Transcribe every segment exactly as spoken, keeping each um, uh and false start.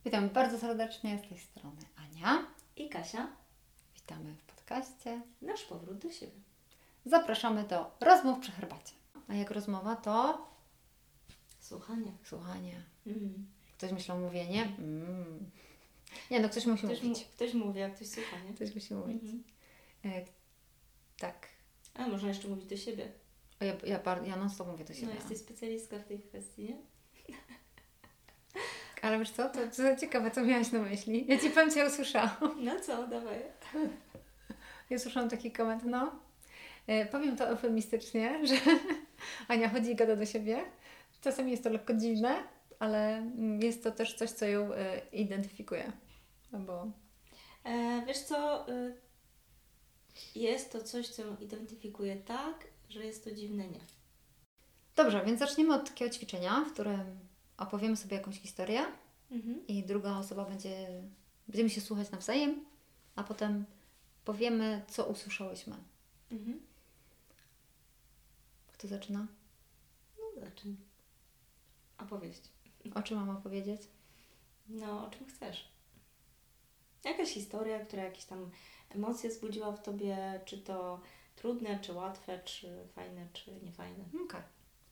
Witam bardzo serdecznie z tej strony Ania i Kasia. Witamy w podcaście. Nasz powrót do siebie. Zapraszamy do rozmów przy herbacie. A jak rozmowa to? Słuchanie. Słuchanie. Mm. Ktoś myślał mówienie? Mm. Nie, no ktoś musi ktoś mówić. Mu, ktoś mówi, a ktoś słucha, nie? Ktoś musi mówić. Mm-hmm. E, tak. A można jeszcze mówić do siebie. O, ja, ja, ja, ja non stop mówię do siebie. No jesteś specjalistka w tej kwestii, nie? Ale wiesz co, to, to ciekawe, co miałaś na myśli. Ja Ci powiem, co ja usłyszałam. No co, dawaj. Ja usłyszałam taki koment, no. E, powiem to eufemistycznie, że Ania chodzi i gada do siebie. Czasami jest to lekko dziwne, ale jest to też coś, co ją e, identyfikuje. No bo... E, wiesz co, y, jest to coś, co ją identyfikuje tak, że jest to dziwne nie. Dobrze, więc zaczniemy od takiego ćwiczenia, w którym opowiemy sobie jakąś historię mhm. i druga osoba będzie, będziemy się słuchać nawzajem, a potem powiemy, co usłyszałyśmy. Mhm. Kto zaczyna? No zacznij. Opowieść. O czym mam opowiedzieć? No, o czym chcesz. Jakaś historia, która jakieś tam emocje wzbudziła w Tobie, czy to trudne, czy łatwe, czy fajne, czy niefajne. Okej. Okay.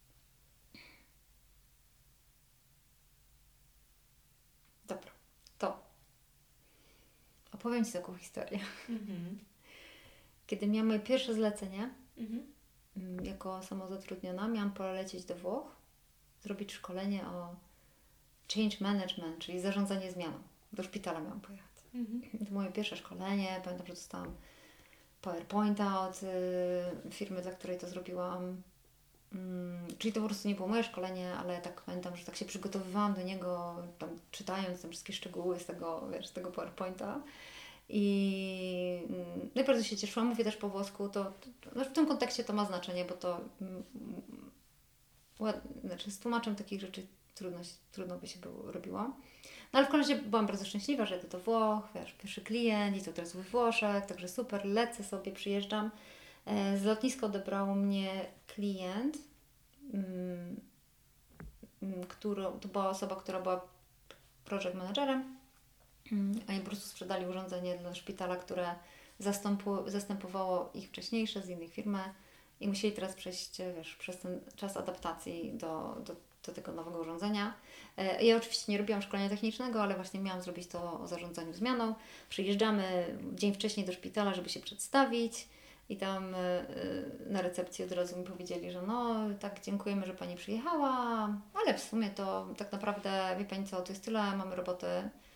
Dobra, to opowiem Ci taką historię. Mhm. Kiedy miałam moje pierwsze zlecenie, mhm. jako samozatrudniona, miałam polecieć do Włoch, zrobić szkolenie o change management, czyli zarządzanie zmianą. Do szpitala miałam pojechać. Mhm. To moje pierwsze szkolenie. Pamiętam, że dostałam PowerPointa od y, firmy, dla której to zrobiłam. Mm, czyli to po prostu nie było moje szkolenie, ale tak pamiętam, że tak się przygotowywałam do niego, tam czytając tam wszystkie szczegóły z tego, wiesz, z tego PowerPointa. I mm, no i bardzo się cieszyłam. Mówię też po włosku. To, to, to w tym kontekście to ma znaczenie, bo to mm, ład, znaczy z tłumaczem takich rzeczy trudno, trudno by się było, robiło. No ale w każdym razie byłam bardzo szczęśliwa, że jadę do Włoch, wiesz, pierwszy klient i to teraz we Włoszech, także super, lecę sobie, przyjeżdżam. Z lotniska odebrał mnie klient, mm, który, to była osoba, która była project managerem. Oni po prostu sprzedali urządzenie dla szpitala, które zastępu, zastępowało ich wcześniejsze z innej firmy i musieli teraz przejść, wiesz, przez ten czas adaptacji do, do, do tego nowego urządzenia. Ja oczywiście nie robiłam szkolenia technicznego, ale właśnie miałam zrobić to o zarządzaniu zmianą. Przyjeżdżamy dzień wcześniej do szpitala, żeby się przedstawić i tam na recepcji od razu mi powiedzieli, że no tak, dziękujemy, że Pani przyjechała, ale w sumie to tak naprawdę, wie Pani co, to jest tyle, mamy roboty.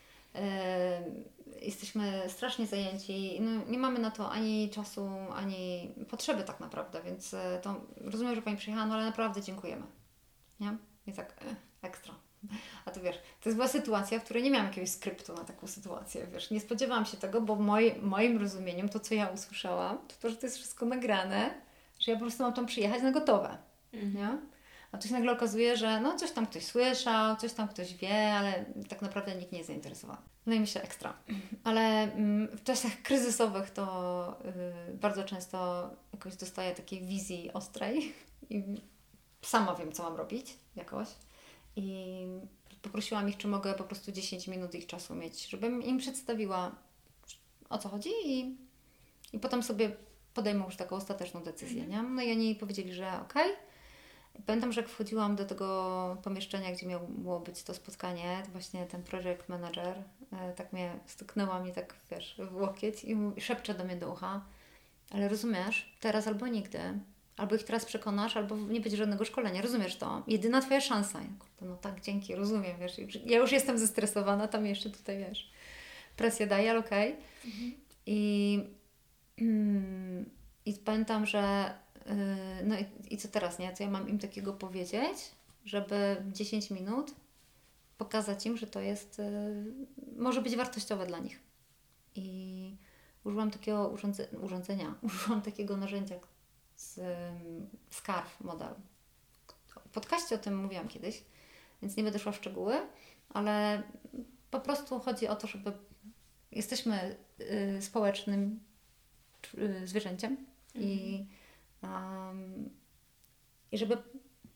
Yy, jesteśmy strasznie zajęci, no, nie mamy na to ani czasu, ani potrzeby tak naprawdę, więc to rozumiem, że Pani przyjechała, no ale naprawdę dziękujemy. Nie? I tak e, ekstra. A to wiesz, to jest była sytuacja, w której nie miałam jakiegoś skryptu na taką sytuację, wiesz, nie spodziewałam się tego, bo moi, moim rozumieniem to, co ja usłyszałam, to to, że to jest wszystko nagrane, że ja po prostu mam tam przyjechać na gotowe, mhm. nie? A tu się nagle okazuje, że no coś tam ktoś słyszał, coś tam ktoś wie, ale tak naprawdę nikt nie jest zainteresowany. No i myślę ekstra. Ale mm, w czasach kryzysowych to yy, bardzo często jakoś dostaję takiej wizji ostrej i sama wiem, co mam robić jakoś. I poprosiłam ich, czy mogę po prostu dziesięć minut ich czasu mieć, żebym im przedstawiła, o co chodzi i, i potem sobie podejmą już taką ostateczną decyzję, nie? No i oni powiedzieli, że okej. Okay. Pamiętam, że jak wchodziłam do tego pomieszczenia, gdzie miało być to spotkanie, to właśnie ten project manager e, tak mnie stuknęła mnie tak, wiesz, w łokieć i mówi, szepcze do mnie do ucha, ale rozumiesz, teraz albo nigdy, albo ich teraz przekonasz, albo nie będzie żadnego szkolenia, rozumiesz to? Jedyna Twoja szansa. Ja, kurde, no tak, dzięki, rozumiem, wiesz, ja już jestem zestresowana, tam jeszcze tutaj, wiesz, presję daję, ale okej. Okay. Mhm. I, mm, I pamiętam, że no i, i co teraz, nie? Co ja mam im takiego powiedzieć, żeby dziesięć minut pokazać im, że to jest, y, może być wartościowe dla nich. I użyłam takiego urządze, urządzenia, użyłam takiego narzędzia z um, Scarf model. W podcaście o tym mówiłam kiedyś, więc nie będę szła w szczegóły, ale po prostu chodzi o to, żeby jesteśmy y, społecznym y, zwierzęciem mhm. i Um, I żeby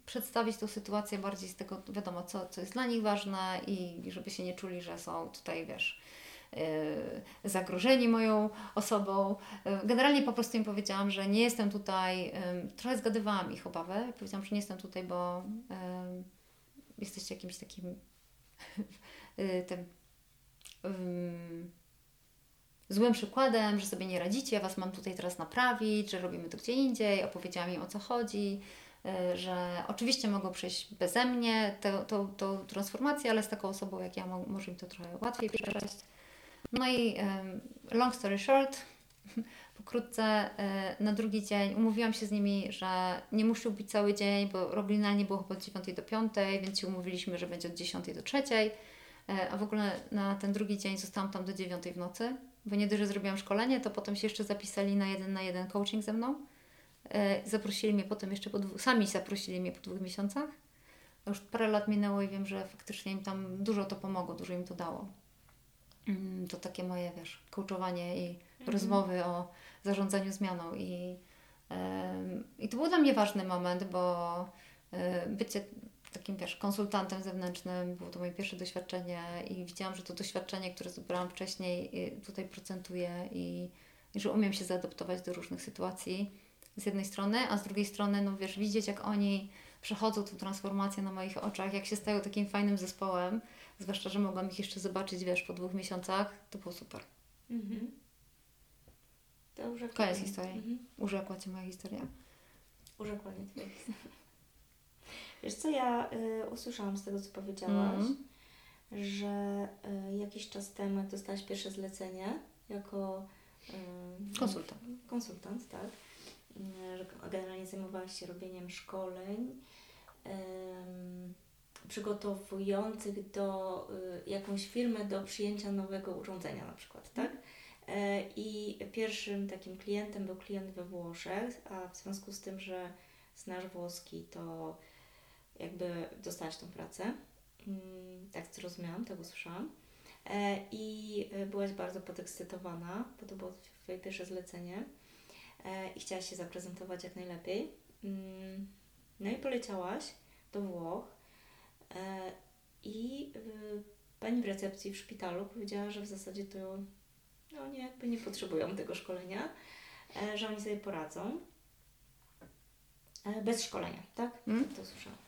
przedstawić tą sytuację bardziej z tego, wiadomo, co, co jest dla nich ważne i żeby się nie czuli, że są tutaj, wiesz, yy, zagrożeni moją osobą. Yy, Generalnie po prostu im powiedziałam, że nie jestem tutaj, yy, trochę zgadywałam ich obawę. Powiedziałam, że nie jestem tutaj, bo yy, jesteście jakimś takim yy, tym yy, złym przykładem, że sobie nie radzicie, ja Was mam tutaj teraz naprawić, że robimy to gdzie indziej. Opowiedziałam im, o co chodzi, yy, że oczywiście mogą przejść beze mnie tę to, to, transformację, ale z taką osobą jak ja mo- może im to trochę łatwiej przejść. No i yy, long story short, pokrótce yy, na drugi dzień umówiłam się z nimi, że nie muszą być cały dzień, bo oryginalnie było chyba od dziewiątej do piątej, więc się umówiliśmy, że będzie od dziesiątej do trzeciej. A w ogóle na ten drugi dzień zostałam tam do dziewiątej w nocy, bo nie dość, że zrobiłam szkolenie, to potem się jeszcze zapisali na jeden na jeden coaching ze mną. Zaprosili mnie potem jeszcze po dwóch, sami zaprosili mnie po dwóch miesiącach. Już parę lat minęło i wiem, że faktycznie im tam dużo to pomogło, dużo im to dało. To takie moje, wiesz, coachowanie i mhm. rozmowy o zarządzaniu zmianą i, i to był dla mnie ważny moment, bo bycie takim, wiesz, konsultantem zewnętrznym, było to moje pierwsze doświadczenie i widziałam, że to doświadczenie, które zdobyłam wcześniej, tutaj procentuje i, i że umiem się zaadaptować do różnych sytuacji z jednej strony, a z drugiej strony, no wiesz, widzieć jak oni przechodzą tą transformację na moich oczach, jak się stają takim fajnym zespołem, zwłaszcza, że mogłam ich jeszcze zobaczyć, wiesz, po dwóch miesiącach, to było super. Mhm. Dobrze. Koniec historii. Mhm. Urzekła Cię moja historia. Urzekła mnie Twoja historia. Wiesz co, ja y, usłyszałam z tego, co powiedziałaś, mm. że y, jakiś czas temu, jak dostałaś pierwsze zlecenie jako y, konsultant, konsultant, tak, y, że generalnie zajmowałaś się robieniem szkoleń y, przygotowujących do y, jakąś firmę do przyjęcia nowego urządzenia na przykład, tak? Y, I pierwszym takim klientem był klient we Włoszech, a w związku z tym, że znasz włoski, to jakby dostałaś tą pracę. Tak zrozumiałam, tak usłyszałam. I byłaś bardzo podekscytowana, bo to było Twoje pierwsze zlecenie i chciałaś się zaprezentować jak najlepiej. No i poleciałaś do Włoch i pani w recepcji w szpitalu powiedziała, że w zasadzie to no oni jakby nie potrzebują tego szkolenia, że oni sobie poradzą. Bez szkolenia, tak? Mm. To usłyszałam.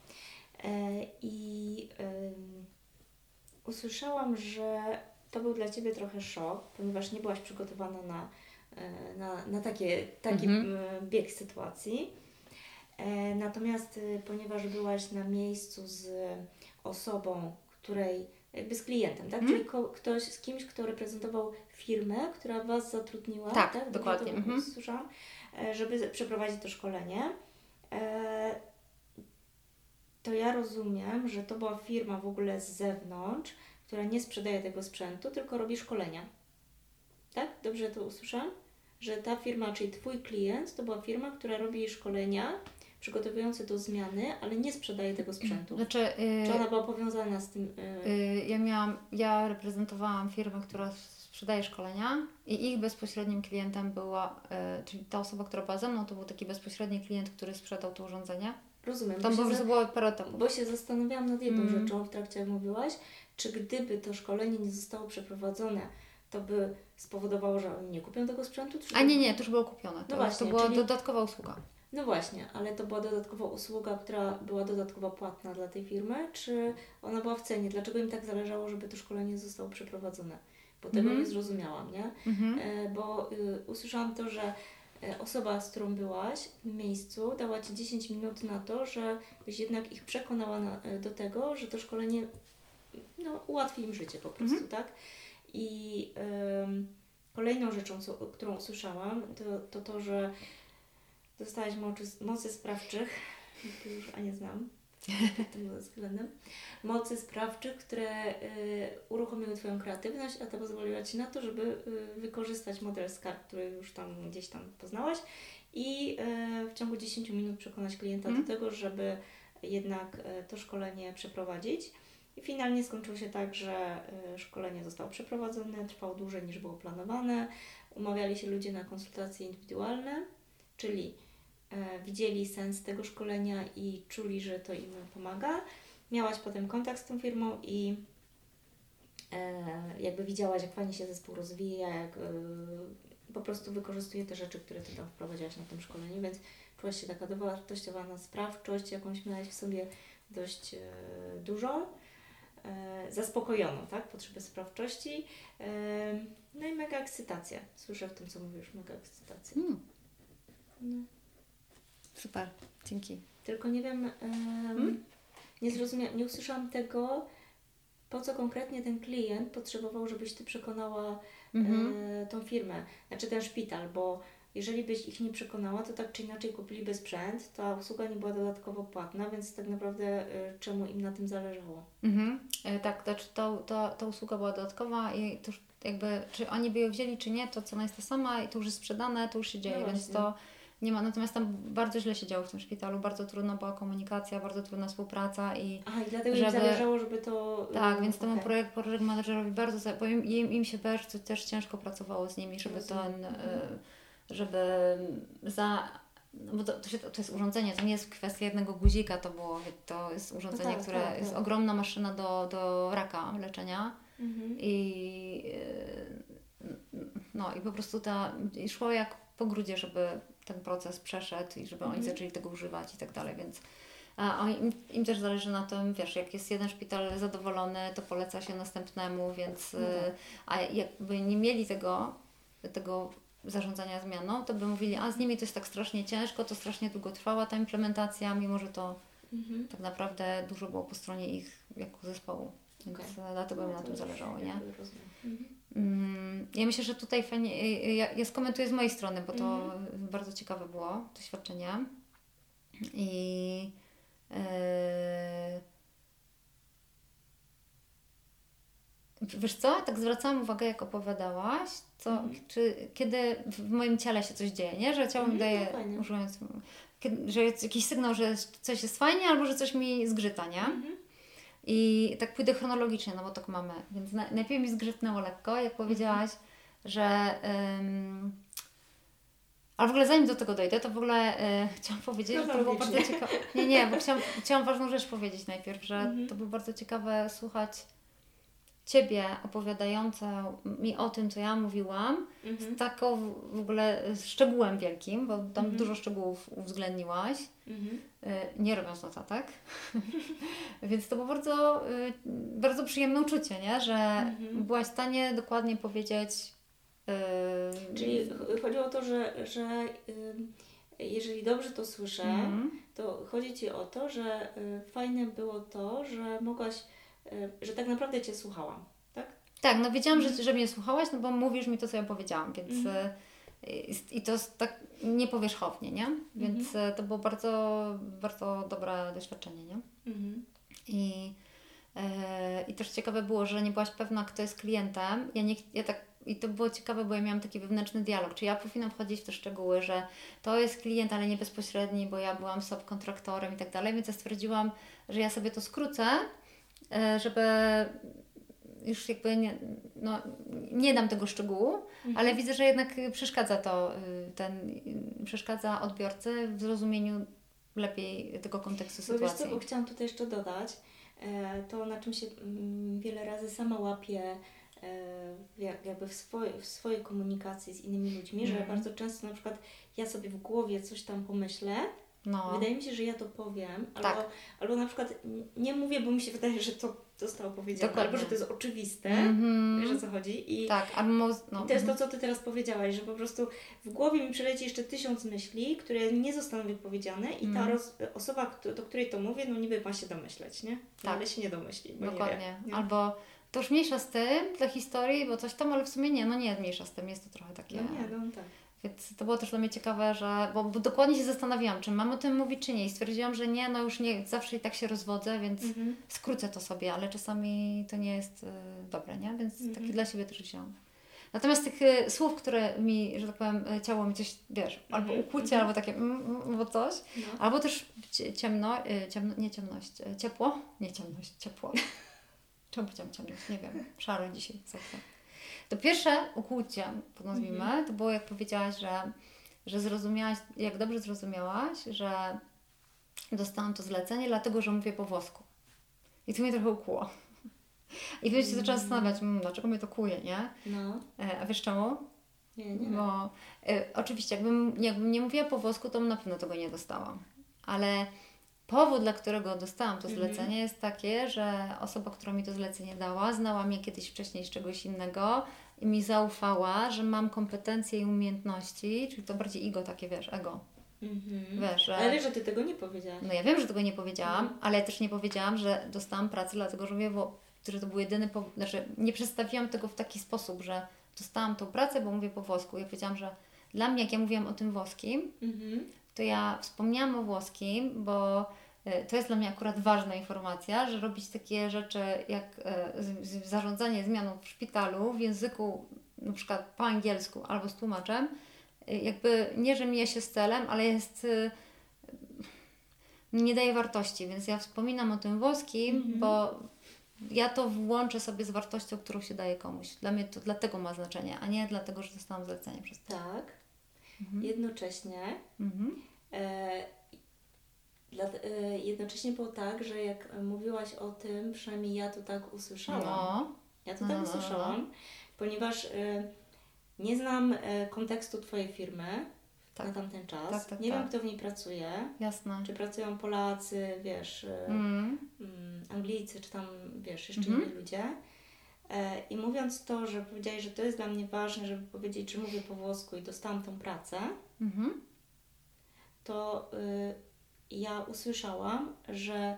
I um, usłyszałam, że to był dla Ciebie trochę szok, ponieważ nie byłaś przygotowana na, na, na takie, taki mm-hmm. bieg sytuacji. Natomiast ponieważ byłaś na miejscu z osobą, której, jakby z klientem, tak? Mm. Czyli ko- ktoś, z kimś, kto reprezentował firmę, która Was zatrudniła. Tak, tak? dokładnie. To mm-hmm. usłyszałam, żeby przeprowadzić to szkolenie. To ja rozumiem, że to była firma w ogóle z zewnątrz, która nie sprzedaje tego sprzętu, tylko robi szkolenia. Tak? Dobrze to usłyszałam? Że ta firma, czyli Twój klient, to była firma, która robi szkolenia przygotowujące do zmiany, ale nie sprzedaje tego sprzętu. Znaczy, yy, Czy ona była powiązana z tym? Yy... Yy, ja miałam, ja reprezentowałam firmę, która sprzedaje szkolenia i ich bezpośrednim klientem była, yy, czyli ta osoba, która była ze mną, to był taki bezpośredni klient, który sprzedał to urządzenie. Rozumiem. Tam po prostu za... było parę etapów. Bo się zastanawiałam nad jedną mm. rzeczą w trakcie, jak mówiłaś, czy gdyby to szkolenie nie zostało przeprowadzone, to by spowodowało, że oni nie kupią tego sprzętu? Czy A nie, nie, to już było kupione. To, no właśnie, to była czyli... dodatkowa usługa. No właśnie, ale to była dodatkowa usługa, która była dodatkowo płatna dla tej firmy, czy ona była w cenie? Dlaczego im tak zależało, żeby to szkolenie zostało przeprowadzone? Bo tego mm-hmm. nie zrozumiałam, nie? Mm-hmm. E, bo y, usłyszałam to, że osoba, z którą byłaś w miejscu, dała Ci dziesięć minut na to, żebyś jednak ich przekonała na, do tego, że to szkolenie no, ułatwi im życie po prostu, mm-hmm. tak? I ym, kolejną rzeczą, co, którą usłyszałam, to, to to, że dostałaś mocy, mocy sprawczych, to już a nie znam pod tym względem, mocy sprawczych, które y, uruchomiły Twoją kreatywność, a to pozwoliła Ci na to, żeby y, wykorzystać model S C A R, który już tam gdzieś tam poznałaś i y, w ciągu dziesięć minut przekonać klienta mm. do tego, żeby jednak y, to szkolenie przeprowadzić. I finalnie skończyło się tak, że y, szkolenie zostało przeprowadzone, trwało dłużej niż było planowane, umawiali się ludzie na konsultacje indywidualne, czyli e, widzieli sens tego szkolenia i czuli, że to im pomaga. Miałaś potem kontakt z tą firmą i e, jakby widziałaś, jak fajnie się zespół rozwija, jak e, po prostu wykorzystuje te rzeczy, które Ty tam wprowadziłaś na tym szkoleniu, więc czułaś się taka dowartościowana, sprawczość jakąś miałaś w sobie dość e, dużą, e, zaspokojoną, tak? Potrzebę sprawczości. E, no i mega ekscytacja. Słyszę w tym, co mówisz, mega ekscytacja. Mm, No. super, dzięki. Tylko nie wiem, e, Hmm? nie zrozumiałam, nie usłyszałam tego, po co konkretnie ten klient potrzebował, żebyś Ty przekonała Mhm. e, tą firmę, znaczy ten szpital, bo jeżeli byś ich nie przekonała, to tak czy inaczej kupiliby sprzęt, ta usługa nie była dodatkowo płatna, więc tak naprawdę e, czemu im na tym zależało? Mhm. E, tak, to, znaczy to, to, ta usługa była dodatkowa i to już jakby, czy oni by ją wzięli, czy nie, to cena jest ta sama i to już jest sprzedane, to już się dzieje, No więc właśnie. to nie ma, natomiast tam bardzo źle się działo w tym szpitalu, bardzo trudna była komunikacja, bardzo trudna współpraca i Aha, i dlatego Żeby- im zależało, żeby to... e, tak, więc temu okej. projekt, projekt managerowi bardzo, za- bo im, im, im się też, też ciężko pracowało z nimi, żeby Rozumiem. ten, e, żeby za, no bo to, to, się, to jest urządzenie, to nie jest kwestia jednego guzika, to było, to jest urządzenie, tak, które tak, jest tak. ogromna maszyna do, do raka, leczenia Mhm. i e, no i po prostu ta, i szło jak po grudzie, żeby ten proces przeszedł i żeby oni Mhm. zaczęli tego używać i tak dalej, więc a oni, im, im też zależy na tym, wiesz, jak jest jeden szpital zadowolony, to poleca się następnemu, więc No tak. y, a jakby nie mieli tego, tego zarządzania zmianą, to by mówili, a z nimi to jest tak strasznie ciężko, to strasznie długo trwała ta implementacja, mimo że to Mhm. tak naprawdę dużo było po stronie ich jako zespołu, więc Okej. okay. dlatego im No na to tym już zależało, nie? jakby rozumiem. Mhm. Mm, Ja myślę, że tutaj fajnie, ja, ja skomentuję z mojej strony, bo to Mhm. bardzo ciekawe było doświadczenie i Yy, wiesz co, tak zwracałam uwagę, jak opowiadałaś, co, Mhm. czy, kiedy w moim ciele się coś dzieje, nie? Że ciało mi Mhm, daje, no fajnie. używając, kiedy, że jest jakiś sygnał, że coś jest fajnie, albo że coś mi zgrzyta, nie? Mhm. I tak pójdę chronologicznie, no bo tak mamy. Więc na, najpierw mi zgrzytnęło lekko, jak powiedziałaś, że... Ym, ale w ogóle zanim do tego dojdę, to w ogóle y, chciałam powiedzieć, że to było bardzo Chronologicznie. ciekawe. Nie, nie, bo chciałam, chciałam ważną rzecz powiedzieć najpierw, że Mhm. to było bardzo ciekawe słuchać Ciebie opowiadającą mi o tym, co ja mówiłam, Mhm. z taką w- w ogóle szczegółem wielkim, bo tam Mhm. dużo szczegółów uwzględniłaś, Mhm. y, nie robiąc notatek. Więc to było bardzo, y, bardzo przyjemne uczucie, nie? Że Mhm. byłaś w stanie dokładnie powiedzieć. y, Czyli ch- chodziło o to, że, że ym, jeżeli dobrze to słyszę, Mhm. to chodzi Ci o to, że y, fajne było to, że mogłaś, y, że tak naprawdę Cię słuchałam, tak? Tak, no wiedziałam, że, że mnie słuchałaś, no bo mówisz mi to, co ja powiedziałam, więc Mhm. y, i, i to jest tak niepowierzchownie, nie? Więc y, to było bardzo, bardzo dobre doświadczenie, nie? Mhm. I, y, I też ciekawe było, że nie byłaś pewna, kto jest klientem. Ja nie, ja tak, I to było ciekawe, bo ja miałam taki wewnętrzny dialog, czy ja powinnam wchodzić w te szczegóły, że to jest klient, ale nie bezpośredni, bo ja byłam subkontraktorem i tak dalej, więc ja stwierdziłam, że ja sobie to skrócę, y, żeby już jakby nie, no, nie dam tego szczegółu, Mhm. ale widzę, że jednak przeszkadza to, y, ten, y, przeszkadza odbiorcy w zrozumieniu lepiej tego kontekstu Bo wiesz co, sytuacji. bo chciałam tutaj jeszcze dodać, e, to na czym się mm, wiele razy sama łapię e, jak, jakby w, swoj, w swojej komunikacji z innymi ludźmi, że Mhm. bardzo często na przykład ja sobie w głowie coś tam pomyślę, No, wydaje mi się, że ja to powiem, albo, Tak. albo na przykład n- nie mówię, bo mi się wydaje, że to zostało powiedziane, Dokładnie. albo że to jest oczywiste, Mhm. wiesz o co chodzi. I, tak, albo mo- no, i to jest to, mhm. co Ty teraz powiedziałaś, że po prostu w głowie mi przeleci jeszcze tysiąc myśli, które nie zostaną wypowiedziane i ta Mhm. roz, osoba, kto- do której to mówię, no niby ma się domyśleć, nie? No, Tak. ale się nie domyśli, bo Dokładnie. nie wie. Nie? Albo to już mniejsza z tym dla historii, bo coś tam, ale w sumie nie, no nie jest mniejsza z tym, jest to trochę takie... No nie, no tak. Więc to było też dla mnie ciekawe, że, bo, bo dokładnie się zastanawiałam, czy mam o tym mówić, czy nie. I stwierdziłam, że nie, no już nie, zawsze i tak się rozwodzę, więc Mhm. skrócę to sobie, ale czasami to nie jest y, dobre, nie? Więc Mhm. taki dla siebie też wziąłam. Natomiast tych y, słów, które mi, że tak powiem, y, ciało mi coś, wiesz, albo Mhm. ukłucie, Mhm. albo takie, mm, mm, albo coś, No. albo też cie- ciemno, y, ciemno, nie ciemność, y, ciepło, nie ciemność, ciepło. Czemu powiedziałam ciemność? Nie wiem, szaro dzisiaj, co to. To pierwsze ukłucie, to nazwijmy, Mhm. to było jak powiedziałaś, że, że zrozumiałaś, jak dobrze zrozumiałaś, że dostałam to zlecenie, dlatego że mówię po włosku. I to mnie trochę ukuło. I wtedy się zaczęła zastanawiać, mmm, dlaczego mnie to kuje, nie? No. E, a wiesz czemu? Nie, nie. Bo e, oczywiście, jakbym, jakbym nie mówiła po włosku, to bym na pewno tego nie dostałam. Ale powód, dla którego dostałam to zlecenie, Mhm. jest takie, że osoba, która mi to zlecenie dała, znała mnie kiedyś wcześniej z czegoś innego i mi zaufała, że mam kompetencje i umiejętności, czyli to bardziej ego takie, wiesz, ego. Mhm. Wiesz, że... Ale że Ty tego nie powiedziałaś. No ja wiem, że tego nie powiedziałam, Mhm. ale też nie powiedziałam, że dostałam pracę, dlatego że mówię, bo że to był jedyny powód, znaczy nie przedstawiłam tego w taki sposób, że dostałam tą pracę, bo mówię po włosku. Ja powiedziałam, że dla mnie, jak ja mówiłam o tym włoskim, Mhm. to ja wspomniałam o włoskim, bo y, to jest dla mnie akurat ważna informacja, że robić takie rzeczy jak y, z, z, zarządzanie zmianą w szpitalu w języku na przykład po angielsku albo z tłumaczem, y, jakby nie, że mija się z celem, ale jest... Y, nie daje wartości, więc ja wspominam o tym włoskim, Mhm. bo ja to włączę sobie z wartością, którą się daje komuś. Dla mnie to dlatego ma znaczenie, a nie dlatego, że dostałam zlecenie przez to. Tak. Mhm. Jednocześnie Mhm. e, dla, e, jednocześnie było tak, że jak mówiłaś o tym, przynajmniej ja to tak usłyszałam. No. Ja to No, tak no, no, no. usłyszałam, ponieważ e, nie znam e, kontekstu Twojej firmy Tak. na tamten czas. Tak, tak, nie tak. wiem, kto w niej pracuje. Jasne. Czy pracują Polacy, wiesz, e, Mm. mm, Anglicy, czy tam, wiesz, jeszcze Mhm. inni ludzie. E, I mówiąc to, że powiedziałeś, że to jest dla mnie ważne, żeby powiedzieć, że mówię po włosku i dostałam tą pracę, Mhm. to y, ja usłyszałam, że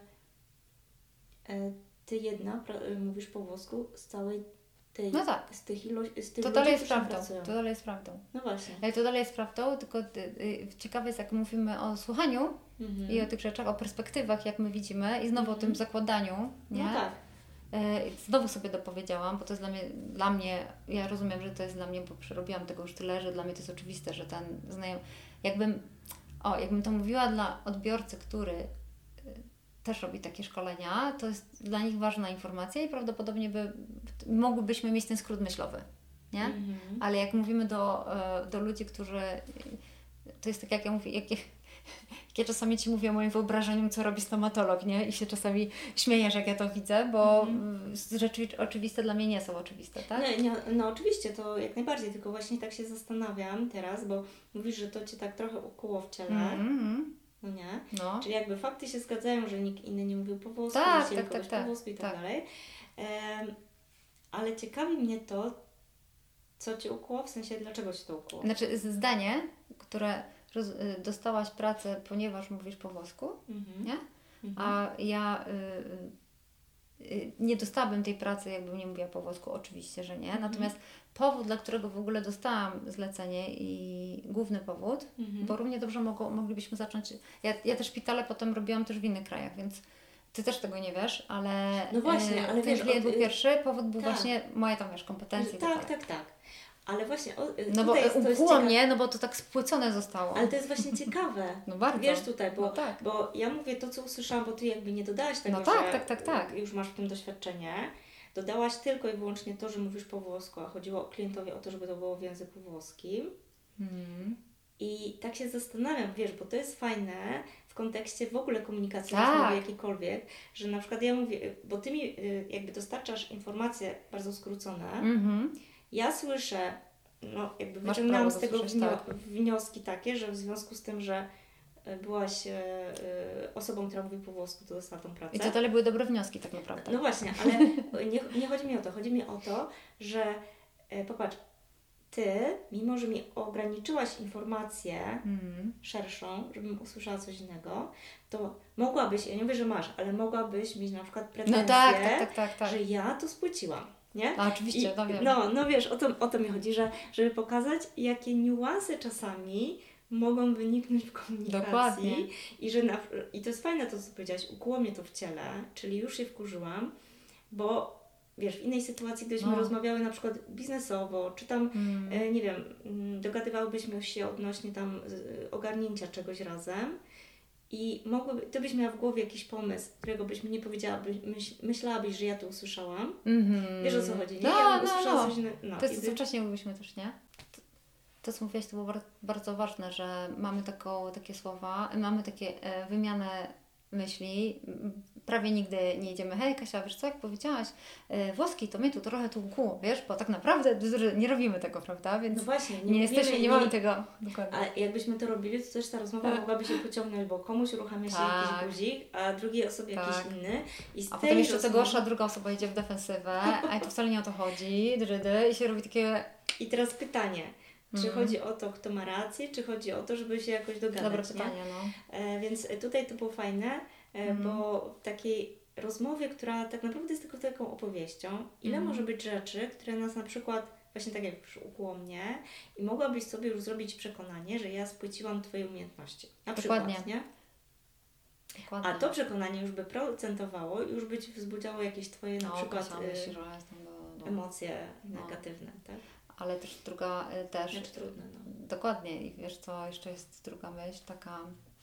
y, Ty jedna pra- y, mówisz po włosku z całej tej, No tak. z tych ilości, z tych To ludzi, dalej jest którzy tam prawdą. pracują. To dalej jest prawdą. No właśnie. Ale to dalej jest prawdą, tylko y, y, ciekawe jest, jak mówimy o słuchaniu Mhm. i o tych rzeczach, o perspektywach, jak my widzimy i znowu o tym Mhm. zakładaniu, nie? No tak. E, Znowu sobie dopowiedziałam, bo to jest dla mnie, dla mnie, ja rozumiem, że to jest dla mnie, bo przerobiłam tego już tyle, że dla mnie to jest oczywiste, że ten znajomy, jakbym, o, jakbym to mówiła dla odbiorcy, który y, też robi takie szkolenia, to jest dla nich ważna informacja i prawdopodobnie by, mogłybyśmy mieć ten skrót myślowy, nie? Mhm. Ale jak mówimy do, e, do ludzi, którzy, to jest tak jak ja mówię, jak, jak ja czasami Ci mówię o moim wyobrażeniu, co robi stomatolog, nie? I się czasami śmiejesz, jak ja to widzę, bo Mhm. rzeczy oczywiste dla mnie nie są oczywiste, tak? No, nie, no oczywiście, to jak najbardziej, tylko właśnie tak się zastanawiam teraz, bo mówisz, że to Cię tak trochę ukuło w ciele, Mm, no nie? no. Czyli jakby fakty się zgadzają, że nikt inny nie mówił po włosku, Tak, że chcieli tak, kogoś tak, tak, po włosku i tak, tak. dalej. Em, ale ciekawi mnie to, co Cię ukuło, w sensie dlaczego Cię to ukuło. Znaczy z- zdanie, które roz, y, dostałaś pracę, ponieważ mówisz po włosku, Mhm. nie? Mhm. A ja y, y, nie dostałabym tej pracy, jakbym nie mówiła po włosku, oczywiście, że nie. Natomiast powód, dla którego w ogóle dostałam zlecenie i główny powód, Mhm. bo równie dobrze mogło, moglibyśmy zacząć. Ja, ja te szpitale potem robiłam też w innych krajach, więc Ty też tego nie wiesz, ale, No właśnie, e, ale ten wiesz, klient od- był pierwszy, powód był tak. właśnie moje tam wiesz, kompetencje. i Tak, dalej. tak, tak. Ale właśnie, o, No bo tutaj jest, to jest ukuło ciekawe. mnie, no bo to tak spłycone zostało. Ale to jest właśnie ciekawe. No bardzo. Wiesz tutaj, bo, No tak. bo ja mówię to, co usłyszałam, bo Ty jakby nie dodałaś tego, No tak, że tak, tak, tak. już masz w tym doświadczenie. Dodałaś tylko i wyłącznie to, że mówisz po włosku, a chodziło klientowi o to, żeby to było w języku włoskim. Mm. I tak się zastanawiam, wiesz, bo to jest fajne w kontekście w ogóle komunikacji Tak. rozmowy jakiejkolwiek, że na przykład ja mówię, bo Ty mi y, jakby dostarczasz informacje bardzo skrócone, Mhm. ja słyszę, no jakby Masz wyciągnęłam prawo z tego dosłyszeć, wnio- tak. wnioski takie, że w związku z tym, że y, byłaś y, y, osobą, która mówi po włosku, to dostała tą pracę. I to dalej były dobre wnioski tak naprawdę. No właśnie, ale nie, nie chodzi mi o to. Chodzi mi o to, że e, popatrz, Ty, mimo że mi ograniczyłaś informację Mm. szerszą, żebym usłyszała coś innego, to mogłabyś, ja nie mówię, że masz, ale mogłabyś mieć na przykład pretensje, No tak, tak, tak, tak, tak. że ja to spłyciłam, nie? A, oczywiście, I, no wiem. no, no wiesz, o to, o to mi chodzi, że żeby pokazać, jakie niuanse czasami mogą wyniknąć w komunikacji. Dokładnie. I że na, i to jest fajne to, co powiedziałaś, ukuło mnie to w ciele, czyli już się wkurzyłam, bo wiesz, w innej sytuacji, gdybyśmy No. rozmawiały na przykład biznesowo, czy tam, Mm. e, nie wiem, mm, dogadywałybyśmy się odnośnie tam e, ogarnięcia czegoś razem i mogłyby, Ty byś miała w głowie jakiś pomysł, którego byś mi nie powiedziała, byś, myśl, myślałabyś, że ja to usłyszałam. Mhm. Wiesz, o co chodzi, nie? No, Ja bym no, usłyszała no. coś innego. No, To jest i to, co wcześniej mówiliśmy też, nie? To, co mówiłaś, to było bar- bardzo ważne, że mamy taką, takie słowa, mamy takie e, wymianę myśli. M, Prawie nigdy nie idziemy, hej Kasia, wiesz co, jak powiedziałaś e, włoski, to mnie tu trochę tu kłuło, wiesz, bo tak naprawdę bzz, nie robimy tego, prawda? Więc No właśnie, nie, nie, mówimy, jesteśmy, nie mamy tego dokładnie. A jakbyśmy to robili, to też ta rozmowa mogłaby się pociągnąć, bo komuś uruchamia się Tak. jakiś guzik, a drugiej osobie Tak. jakiś inny. I z A tej potem jeszcze co rozmowy... gorsza, druga osoba idzie w defensywę, a to wcale nie o to chodzi, drydy, i się robi takie... I teraz pytanie, czy Mhm. chodzi o to, kto ma rację, czy chodzi o to, żeby się jakoś dogadać, Dobre nie? pytanie, no. E, więc tutaj to było fajne, e, Mhm. bo w takiej rozmowie, która tak naprawdę jest tylko taką opowieścią, ile Mhm. może być rzeczy, które nas na przykład, właśnie tak jak już ukłuło mnie, i mogłabyś sobie już zrobić przekonanie, że ja spłyciłam Twoje umiejętności. Na Dokładnie. przykład, nie? Dokładnie. A to przekonanie już by procentowało, już by Ci wzbudziało jakieś Twoje na no, przykład Kasia y, myśli, że jestem do, do... emocje No. negatywne, tak? Ale też druga y, też... Znaczy trudne, no. Dokładnie. I wiesz co, jeszcze jest druga myśl, taka...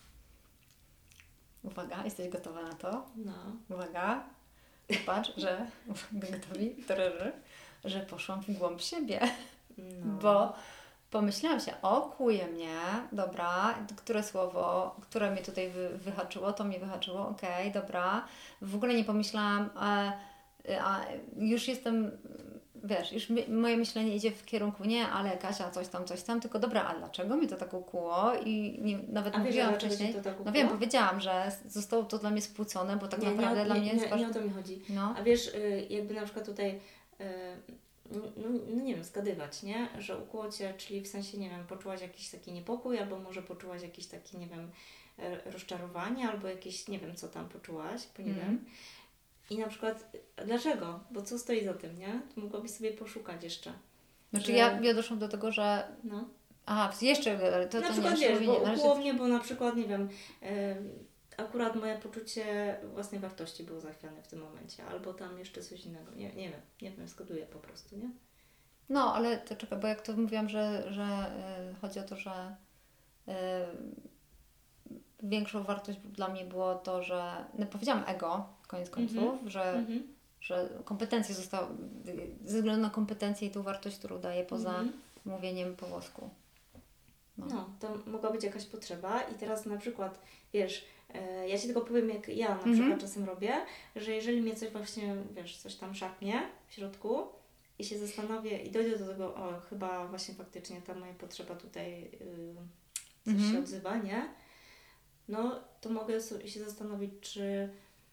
Uwaga, jesteś gotowa na to? No. Uwaga. Patrz, że... Gotowi? Torerzy, że poszłam w głąb siebie. No. Bo pomyślałam się, o kłuje mnie, dobra, które słowo, które mnie tutaj wy, wyhaczyło, to mnie wyhaczyło, okej, dobra. W ogóle nie pomyślałam, a, a już jestem, wiesz, już my, moje myślenie idzie w kierunku, nie, ale Kasia, coś tam, coś tam, tylko dobra, a dlaczego mnie to tak ukłuło? I nie, nawet A wiesz, mówiłam dlaczego wcześniej, Cię to tak no ukłuło? wiem, powiedziałam, że zostało to dla mnie spłucone, bo tak nie, naprawdę nie, dla nie, mnie nie, jest nie, ważne. o to mi chodzi. No. A wiesz, y, jakby na przykład tutaj, y, no, no, no nie wiem, zgadywać, nie? Że ukłuło Cię, czyli w sensie, nie wiem, poczułaś jakiś taki niepokój, albo może poczułaś jakieś takie, nie wiem, e, rozczarowanie, albo jakieś, nie wiem, co tam poczułaś, bo nie Mhm. wiem. I na przykład, y, dlaczego? Bo co stoi za tym, nie? To mogłabyś sobie poszukać jeszcze. Znaczy że- ja, ja doszłam do tego, że No. aha, jeszcze, ale to, na to przykład nie, wiesz, jeszcze bo mówię nie, na razie- ukłuło mnie, bo na przykład, nie wiem, e, akurat moje poczucie własnej wartości było zachwiane w tym momencie, albo tam jeszcze coś innego. Nie, nie wiem, nie wiem, zgaduję po prostu, nie? No, ale to czekaj, bo jak to mówiłam, że, że y, chodzi o to, że y, większą wartość dla mnie było to, że no, powiedziałam ego, koniec końców, Mhm. że, Mhm. że kompetencje zostały, ze względu na kompetencje i tą wartość, którą daję poza Mhm. mówieniem po włosku. No. No, to mogła być jakaś potrzeba i teraz na przykład, wiesz, e, ja Ci tylko powiem, jak ja na Mhm. przykład czasem robię, że jeżeli mnie coś właśnie, wiesz, coś tam szarpnie w środku i się zastanowię i dojdę do tego, o, chyba właśnie faktycznie ta moja potrzeba tutaj y, coś Mhm. się odzywa, nie? No, to mogę sobie się zastanowić, czy,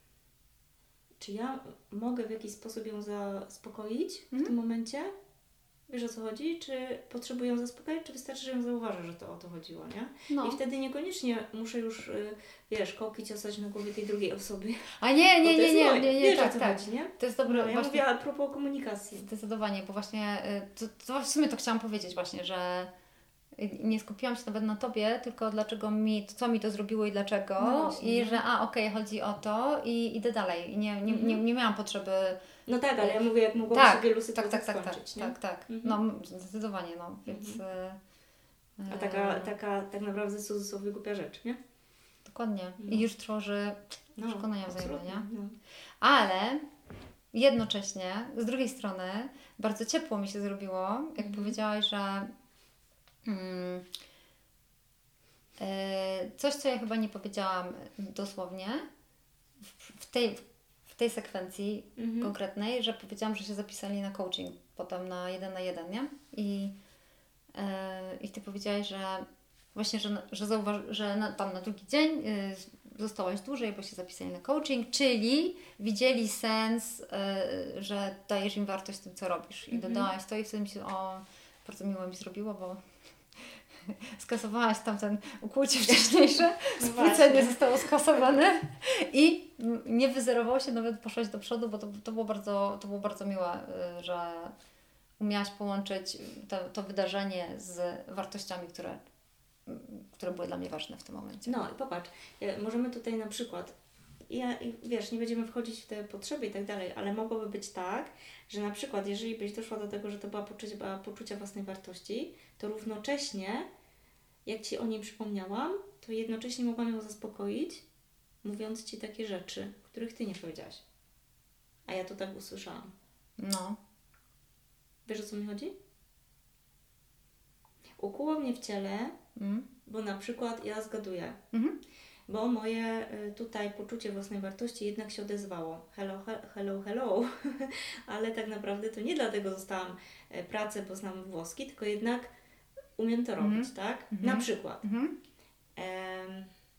czy ja mogę w jakiś sposób ją zaspokoić w Mhm. tym momencie? Wiesz, o co chodzi? Czy potrzebuję ją zaspokoić, czy wystarczy, że ją zauważę, że to o to chodziło, nie? No. I wtedy niekoniecznie muszę już, y, wiesz, kołki ciosać na głowie tej drugiej osoby. A nie, Bo nie, to nie, jest nie, moje. nie, nie, Wiesz, o tak, co tak. chodzi, nie? To jest dobre, No, ja właśnie. mówię a propos komunikacji. Zdecydowanie, bo właśnie y, to, to w sumie to chciałam powiedzieć właśnie, że y, nie skupiłam się nawet na Tobie, tylko dlaczego mi, co mi to zrobiło i dlaczego No właśnie, i no. że a okej, chodzi o to i idę dalej. I nie, nie, Mhm. nie, nie miałam potrzeby... No tak, ale ja mówię, jak mogłoby Tak, się w wielu tak, sytuacjach tak, tak, tak, skończyć, nie? tak, tak. Mhm. No m- zdecydowanie, no, więc... y, A y, taka, taka tak naprawdę w cudzysłowie głupia rzecz, nie? Dokładnie. No. I już tworzy No, przekonania wzajemne, absolutnie, nie? no. Ale jednocześnie, z drugiej strony, bardzo ciepło mi się zrobiło, jak Mhm. powiedziałaś, że mm, e, coś, co ja chyba nie powiedziałam dosłownie w, w, tej, w tej sekwencji Mhm. konkretnej, że powiedziałam, że się zapisali na coaching potem na jeden na jeden, nie? I, e, i Ty powiedziałaś, że właśnie, że, że, zauważ, że na, tam na drugi dzień y, zostałaś dłużej, bo się zapisali na coaching, czyli widzieli sens, y, że dajesz im wartość tym, co robisz. I Mhm. dodałaś to i wtedy mi się, o, bardzo miło mi zrobiło, bo skasowałaś tamten ukłucie wcześniejsze, No spłycenie właśnie. zostało skasowane i mm, nie wyzerowało się, nawet poszłaś do przodu, bo to, to, było, bardzo, to było bardzo miłe, y, że umiałaś połączyć to, to wydarzenie z wartościami, które które były dla mnie ważne w tym momencie. No i popatrz, e, możemy tutaj na przykład, ja, i wiesz, nie będziemy wchodzić w te potrzeby i tak dalej, ale mogłoby być tak, że na przykład jeżeli byś doszła do tego, że to była poczucie, była poczucia własnej wartości, to równocześnie, jak Ci o niej przypomniałam, to jednocześnie mogłam ją zaspokoić, mówiąc Ci takie rzeczy, których Ty nie powiedziałaś. A ja to tak usłyszałam. No. Wiesz, o co mi chodzi? ukuło mnie w ciele, Mm. bo na przykład ja zgaduję, Mhm. bo moje y, tutaj poczucie własnej wartości jednak się odezwało. Hello, he, hello, hello. Ale tak naprawdę to nie dlatego dostałam y, pracę, bo znam włoski, tylko jednak umiem to robić, Mhm. tak? Mhm. Na przykład. Mhm. Em,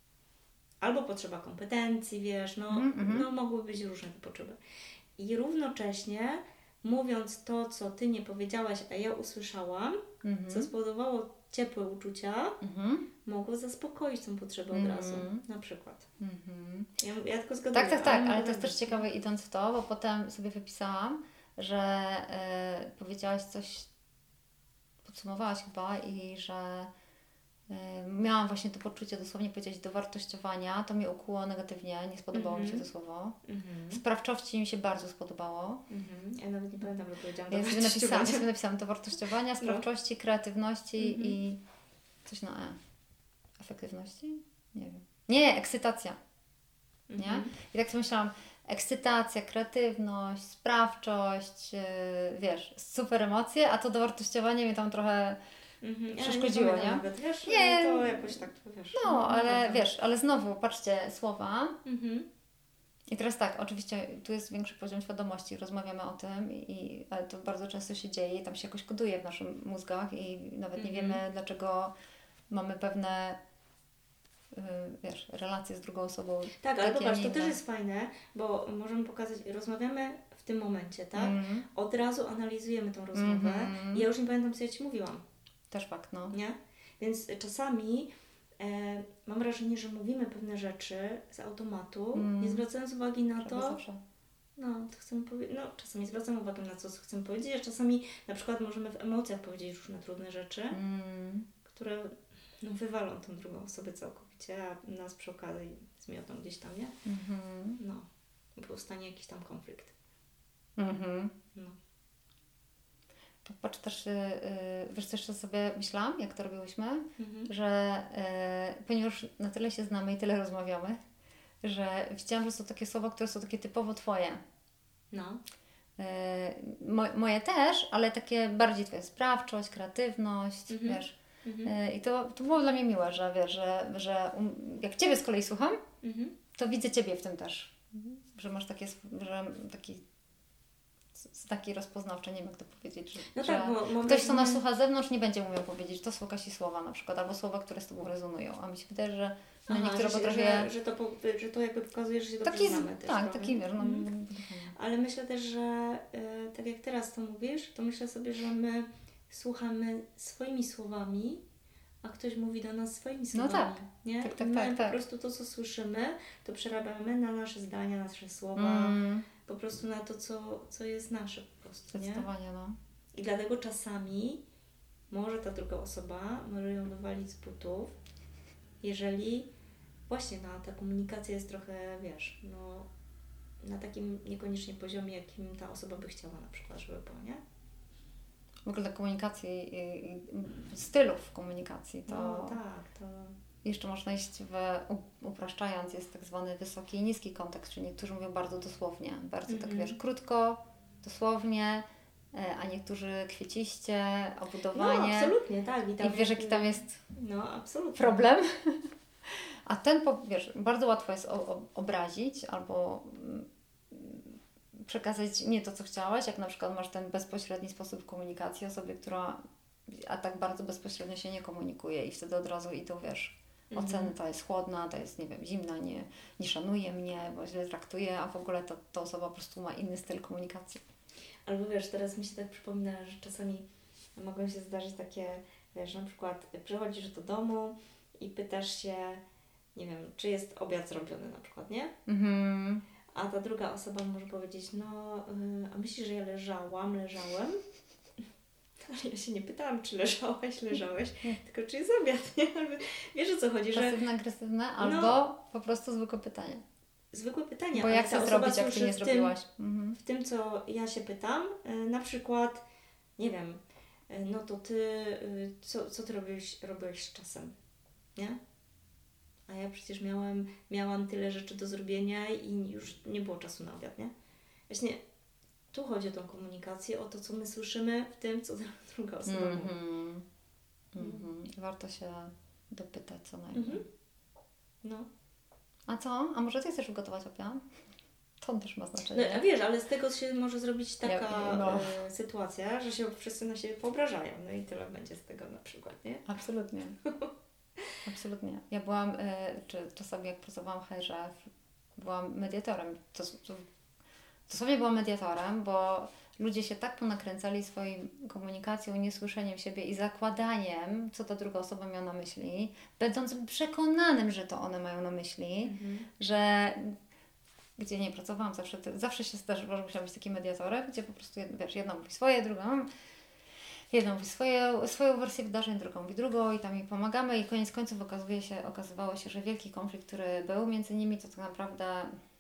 albo potrzeba kompetencji, wiesz, no, Mhm, mhm. no mogły być różne te potrzeby. I równocześnie mówiąc to, co Ty nie powiedziałaś, a ja usłyszałam, Mhm. co spowodowało ciepłe uczucia, Mhm. mogło zaspokoić tą potrzebę od Mhm. razu, na przykład. Mhm. Ja, ja tylko zgaduję. Tak, tak, tak, ale mogę to jest też być. ciekawe idąc w to, bo potem sobie wypisałam, że y, powiedziałaś coś, podsumowałaś chyba i że y, miałam właśnie to poczucie, dosłownie powiedzieć, dowartościowania, to mnie ukuło negatywnie, nie spodobało mi się to Mhm. słowo. Mhm. Sprawczości mi się bardzo spodobało. Mhm. Ja nawet nie pamiętam, że powiedziałam Ja to. sobie napisałam, ja sobie napisałam dowartościowania, No. sprawczości, kreatywności Mhm. i coś na E. Efektywności? Nie wiem. Nie, ekscytacja. Nie? Mhm. I tak sobie myślałam, ekscytacja, kreatywność, sprawczość, yy, wiesz, super emocje, a to dowartościowanie mnie tam trochę Mhm. Ja przeszkodziło, nie? pamiętam nie? Nawet, wiesz, Nie. to jakoś tak, wiesz. No, ale pamiętam. wiesz, ale znowu, patrzcie, słowa. Mhm. I teraz tak, oczywiście tu jest większy poziom świadomości, rozmawiamy o tym, i, ale to bardzo często się dzieje i tam się jakoś koduje w naszych mózgach i nawet nie Mhm. wiemy, dlaczego mamy pewne, yy, wiesz, relacje z drugą osobą. Tak, ale takie, popatrz, a to nie też inne. jest fajne, bo możemy pokazać, rozmawiamy w tym momencie, tak? Mm. Od razu analizujemy tą rozmowę Mhm. i ja już nie pamiętam, co ja Ci mówiłam, Też fakt, no. nie? Więc czasami e, mam wrażenie, że mówimy pewne rzeczy z automatu, Mm. nie zwracając uwagi na Prawie to, zawsze. no, co chcemy powiedzieć. No, czasami zwracam uwagę na co, co chcemy powiedzieć, a czasami na przykład możemy w emocjach powiedzieć różne trudne rzeczy, Mm. które no, wywalą tą drugą osobę całkowicie, a nas przy okazji zmiotą gdzieś tam, nie? Mhm. No, i powstanie jakiś tam konflikt. Mhm. No. Patrz też, yy, yy, wiesz co jeszcze sobie myślałam, jak to robiłyśmy, Mhm. że yy, ponieważ na tyle się znamy i tyle rozmawiamy, że widziałam, że są takie słowa, które są takie typowo Twoje. No. Yy, mo- moje też, ale takie bardziej Twoja sprawczość, kreatywność, Mhm. wiesz. Mhm. Yy, I to, to było dla mnie miłe, że wiesz, że, że um, jak Ciebie z kolei słucham, Mhm. to widzę Ciebie w tym też. Że masz takie, sw- że taki s- taki rozpoznawczy, nie wiem jak to powiedzieć, że, No że tak, bo mamy- ktoś, kto nas mamy- słucha z zewnątrz, nie będzie umiał powiedzieć, to są Kasi słowa na przykład, albo słowa, które z Tobą rezonują, a mi się wydaje, że no, Aha, niektóre że, się, potrafię... że, że, to, po- że to jakby pokazuje, że się dobrze taki, z- znamy też tak, trochę. taki, wiesz, no... Mhm. Ale myślę też, że y, tak jak teraz to mówisz, to myślę sobie, że my słuchamy swoimi słowami, a ktoś mówi do nas swoimi słowami. tak. Nie? Tak, tak, I my tak, tak. po prostu to, co słyszymy, to przerabiamy na nasze zdania, nasze słowa, Mm, po prostu na to, co, co jest nasze po prostu, nie? zdecydowanie, no. I dlatego czasami może ta druga osoba może ją wywalić z butów, jeżeli właśnie no, ta komunikacja jest trochę, wiesz, no na takim niekoniecznie poziomie, jakim ta osoba by chciała na przykład, żeby było, nie? W ogóle komunikacji i, i stylów komunikacji, to No tak, to... jeszcze można iść w, u- upraszczając, jest tak zwany wysoki i niski kontekst, czyli niektórzy mówią bardzo dosłownie, bardzo tak, Mhm. wiesz, krótko, dosłownie, e, a niektórzy kwieciście, No obudowanie. absolutnie, tak. I, tam I wiesz, jaki tam jest No absolutnie. problem. A ten, po- wiesz, bardzo łatwo jest o, o, obrazić albo mm, przekazać nie to, co chciałaś, jak na przykład masz ten bezpośredni sposób komunikacji osobie, która a tak bardzo bezpośrednio się nie komunikuje i wtedy od razu idą, wiesz, Mhm. oceny, ta jest chłodna, ta jest, nie wiem, zimna, nie, nie szanuje mnie, bo źle traktuje, a w ogóle to, to osoba po prostu ma inny styl komunikacji. Albo wiesz, teraz mi się tak przypomina, że czasami mogą się zdarzyć takie, wiesz, na przykład przychodzisz do domu i pytasz się, nie wiem, czy jest obiad zrobiony na przykład, nie? Mhm. A ta druga osoba może powiedzieć, no, yy, a myślisz, że ja leżałam, leżałem? Ale ja się nie pytałam, czy leżałaś, leżałeś, tylko czy jest obiad, nie? Albo, wiesz o co chodzi, że Pasywne, agresywne, No. albo po prostu zwykłe pytanie. zwykłe pytanie, Bo ale jak ta chcę osoba zrobić, jak Ty słyszy nie w tym, zrobiłaś? Mhm. w tym, co ja się pytam, yy, na przykład, nie wiem, yy, no to Ty, yy, co, co Ty robiłeś, robiłeś z czasem, nie? A ja przecież miałam, miałam tyle rzeczy do zrobienia i już nie było czasu na obiad, nie? Właśnie tu chodzi o tą komunikację, o to, co my słyszymy w tym, co druga osoba mówi. Mhm. Mhm. Warto się dopytać co najmniej. Mhm. No. A co? A może Ty chcesz ugotować obiad? To też ma No, znaczenie. a wiesz, ale z tego się może zrobić taka Ja- no. e, sytuacja, że się wszyscy na siebie poobrażają. No i tyle będzie z tego na przykład, nie? Absolutnie. Absolutnie. Ja byłam, y, czy czasami jak pracowałam w H R, byłam mediatorem. To, to, dosłownie byłam mediatorem, bo ludzie się tak ponakręcali swoją komunikacją, niesłyszeniem siebie i zakładaniem, co ta druga osoba miała na myśli, będąc przekonanym, że to one mają na myśli, Mhm. że gdzie nie pracowałam, zawsze, zawsze się zdarzyło, że musiałam być takim mediatorem, gdzie po prostu, wiesz, jedna mówi swoje, druga Jedna mówi swoje, swoją wersję wydarzeń, drugą mówi drugą i tam jej pomagamy i koniec końców okazuje się, okazywało się, że wielki konflikt, który był między nimi, to tak naprawdę,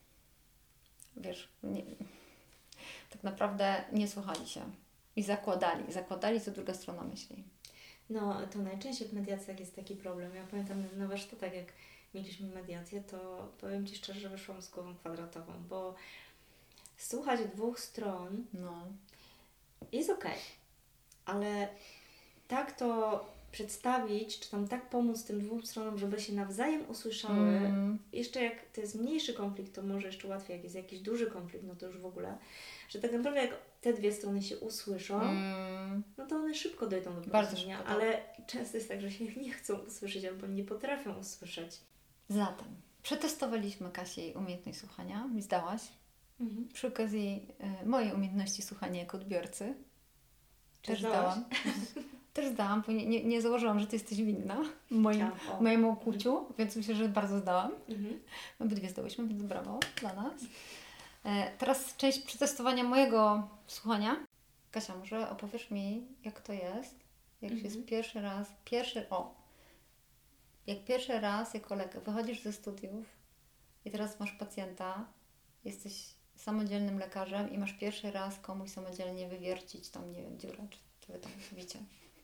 wiesz, nie, tak naprawdę nie słuchali się i zakładali, zakładali, co druga strona myśli. No, to najczęściej w mediacjach jest taki problem. Ja pamiętam na warsztatach, jak mieliśmy mediację, to powiem Ci szczerze, że wyszłam z głową kwadratową, bo słuchać dwóch stron No. jest okej, ale tak to przedstawić, czy tam tak pomóc tym dwóm stronom, żeby się nawzajem usłyszały. Mm. Jeszcze jak to jest mniejszy konflikt, to może jeszcze łatwiej, jak jest jakiś duży konflikt, no to już w ogóle, że tak naprawdę jak te dwie strony się usłyszą, Mm. no to one szybko dojdą do Bardzo porozumienia, szybko, tak. ale często jest tak, że się nie chcą usłyszeć albo nie potrafią usłyszeć. Zatem przetestowaliśmy Kasi umiejętność słuchania i zdałaś. Mhm. Przy okazji y, mojej umiejętności słuchania jako odbiorcy Czy też zdałaś? zdałam. Też zdałam, bo nie, nie, nie założyłam, że Ty jesteś winna moim, A, o. mojemu kłóciu, więc myślę, że bardzo zdałam. Mhm. Obydwie zdałyśmy, więc brawo dla nas. E, teraz część przetestowania mojego słuchania. Kasia, może opowiesz mi, jak to jest, jak Mhm. się jest pierwszy raz, pierwszy, o, jak pierwszy raz jako lekarz wychodzisz ze studiów i teraz masz pacjenta, jesteś samodzielnym lekarzem i masz pierwszy raz komuś samodzielnie wywiercić tam, nie wiem, dziurę, czy wy tam wiecie.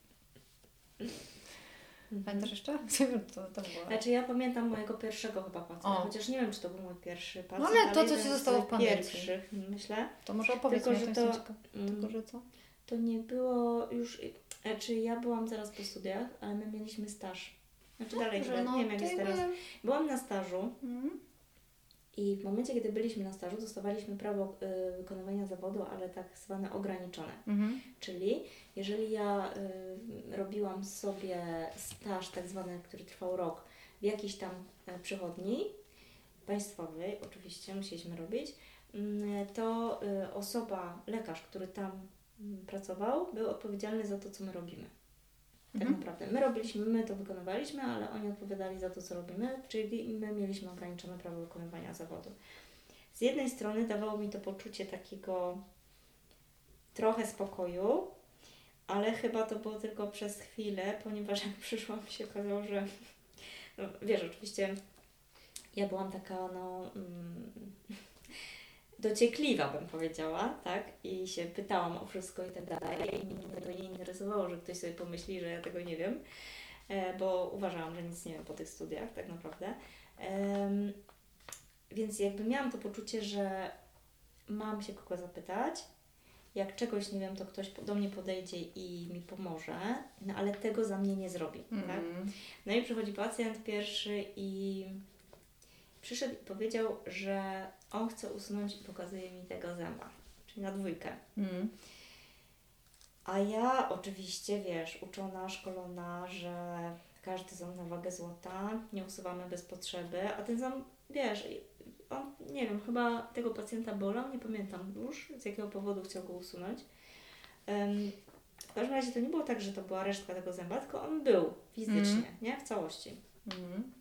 Pamiętasz jeszcze? to, to było. Znaczy ja pamiętam mojego pierwszego chyba pacjenta, O. chociaż nie wiem, czy to był mój pierwszy pacjent, No ale to, co jeden Ci z zostało w pamięci. pierwszych, myślę. To może opowiedz Tylko, mi, że jak to- to... ciekawe. mm, Tylko, że co? To nie było już, znaczy ja byłam zaraz po studiach, ale my mieliśmy staż. Znaczy dalej Dobrze, chyba, no, nie wiem jak to jest jakby- teraz. Byłam na stażu Mm. i w momencie, kiedy byliśmy na stażu, dostawaliśmy prawo y, wykonywania zawodu, ale tak zwane ograniczone. Mhm. Czyli jeżeli ja y, robiłam sobie staż tak zwany, który trwał rok w jakiejś tam e, przychodni państwowej, oczywiście musieliśmy robić, mm, to y, osoba, lekarz, który tam mm, pracował, był odpowiedzialny za to, co my robimy. Tak Mhm. naprawdę. My robiliśmy, my to wykonywaliśmy, ale oni odpowiadali za to, co robimy, czyli my mieliśmy ograniczone prawo wykonywania zawodu. Z jednej strony dawało mi to poczucie takiego trochę spokoju, ale chyba to było tylko przez chwilę, ponieważ jak przyszłam, się okazało, że no, wiesz, oczywiście ja byłam taka, no mm, dociekliwa, bym powiedziała, tak? I się pytałam o wszystko i tak dalej. I mnie to nie interesowało, że ktoś sobie pomyśli, że ja tego nie wiem, e, bo uważałam, że nic nie wiem po tych studiach, tak naprawdę. Em, więc jakby miałam to poczucie, że mam się kogo zapytać. Jak czegoś nie wiem, to ktoś do mnie podejdzie i mi pomoże, no ale tego za mnie nie zrobi, tak? Mhm. No i przychodzi pacjent pierwszy i przyszedł i powiedział, że on chce usunąć i pokazuje mi tego zęba, czyli na dwójkę. Mhm. A ja oczywiście, wiesz, uczona, szkolona, że każdy ząb na wagę złota, nie usuwamy bez potrzeby, a ten ząb, wiesz, on, nie wiem, chyba tego pacjenta bolał, nie pamiętam już, z jakiego powodu chciał go usunąć. Um, w każdym razie to nie było tak, że to była resztka tego zęba, tylko on był fizycznie, Mhm. nie? W całości. Mhm.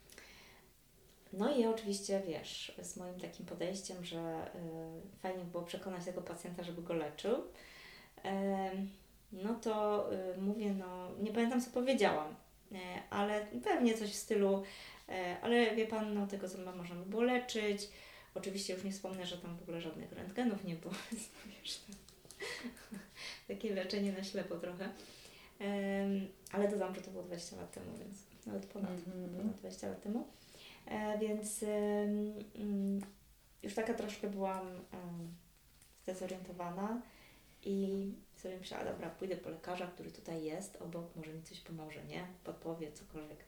No i ja oczywiście, wiesz, z moim takim podejściem, że y, fajnie było przekonać tego pacjenta, żeby go leczył, em, no to y, mówię, no nie pamiętam co powiedziałam, e, ale pewnie coś w stylu, e, ale wie Pan, no tego zęba można by było leczyć. Oczywiście już nie wspomnę, że tam w ogóle żadnych rentgenów nie było, więc wiesz, to, takie leczenie na ślepo trochę. Em, ale dodam, że to było dwadzieścia lat temu, więc nawet ponad, Mhm. ponad dwadzieścia lat temu. E, więc ym, ym, już taka troszkę byłam ym, zdezorientowana I sobie myślałam, dobra, pójdę po lekarza, który tutaj jest obok, może mi coś pomoże, nie? Podpowie, cokolwiek.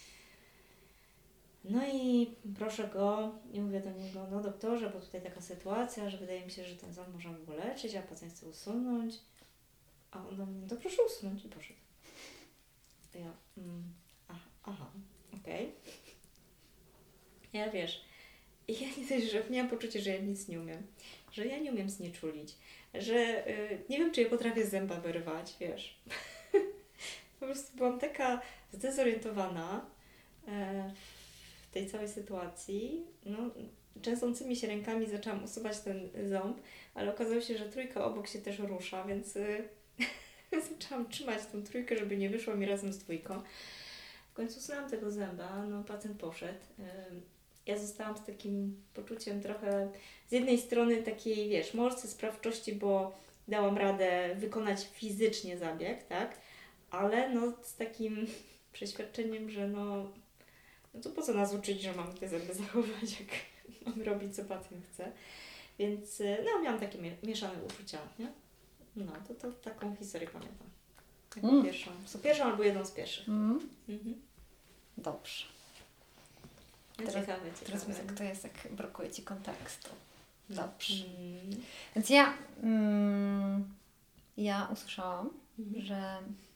No i proszę go i mówię do niego, no doktorze, bo tutaj taka sytuacja, że wydaje mi się, że ten ząb można by go leczyć, a pacjent chce usunąć. A on do mnie, to proszę usunąć i poszedł. To ja, mm, aha, aha okej. Okay. Ja wiesz, i ja nie też, że miałam poczucie, że ja nic nie umiem, że ja nie umiem znieczulić, że y, nie wiem, czy ja potrafię z zęba wyrwać, wiesz. Po prostu byłam taka zdezorientowana e, w tej całej sytuacji. No, trzęsącymi się rękami zaczęłam usuwać ten ząb, ale okazało się, że trójka obok się też rusza, więc y, zaczęłam trzymać tą trójkę, żeby nie wyszła mi razem z dwójką. W końcu usunęłam tego zęba, no pacjent poszedł. Y, ja zostałam z takim poczuciem trochę z jednej strony takiej, wiesz, morscy sprawczości, bo dałam radę wykonać fizycznie zabieg, tak? Ale no z takim przeświadczeniem, że no, no to po co nas uczyć, że mamy te zęby zachować, jak mamy robić, co pacjent chce. Więc no miałam takie mieszane uczucia, nie? No, to, to taką historię pamiętam. Jako mm. pierwszą. Pierwszą albo jedną z pierwszych. Mm. Mhm. Dobrze. No teraz, ciekawe, ciekawe. Teraz mi tak to jest, jak brakuje Ci kontekstu. Dobrze. Mm. Więc ja, mm, ja usłyszałam, mhm. że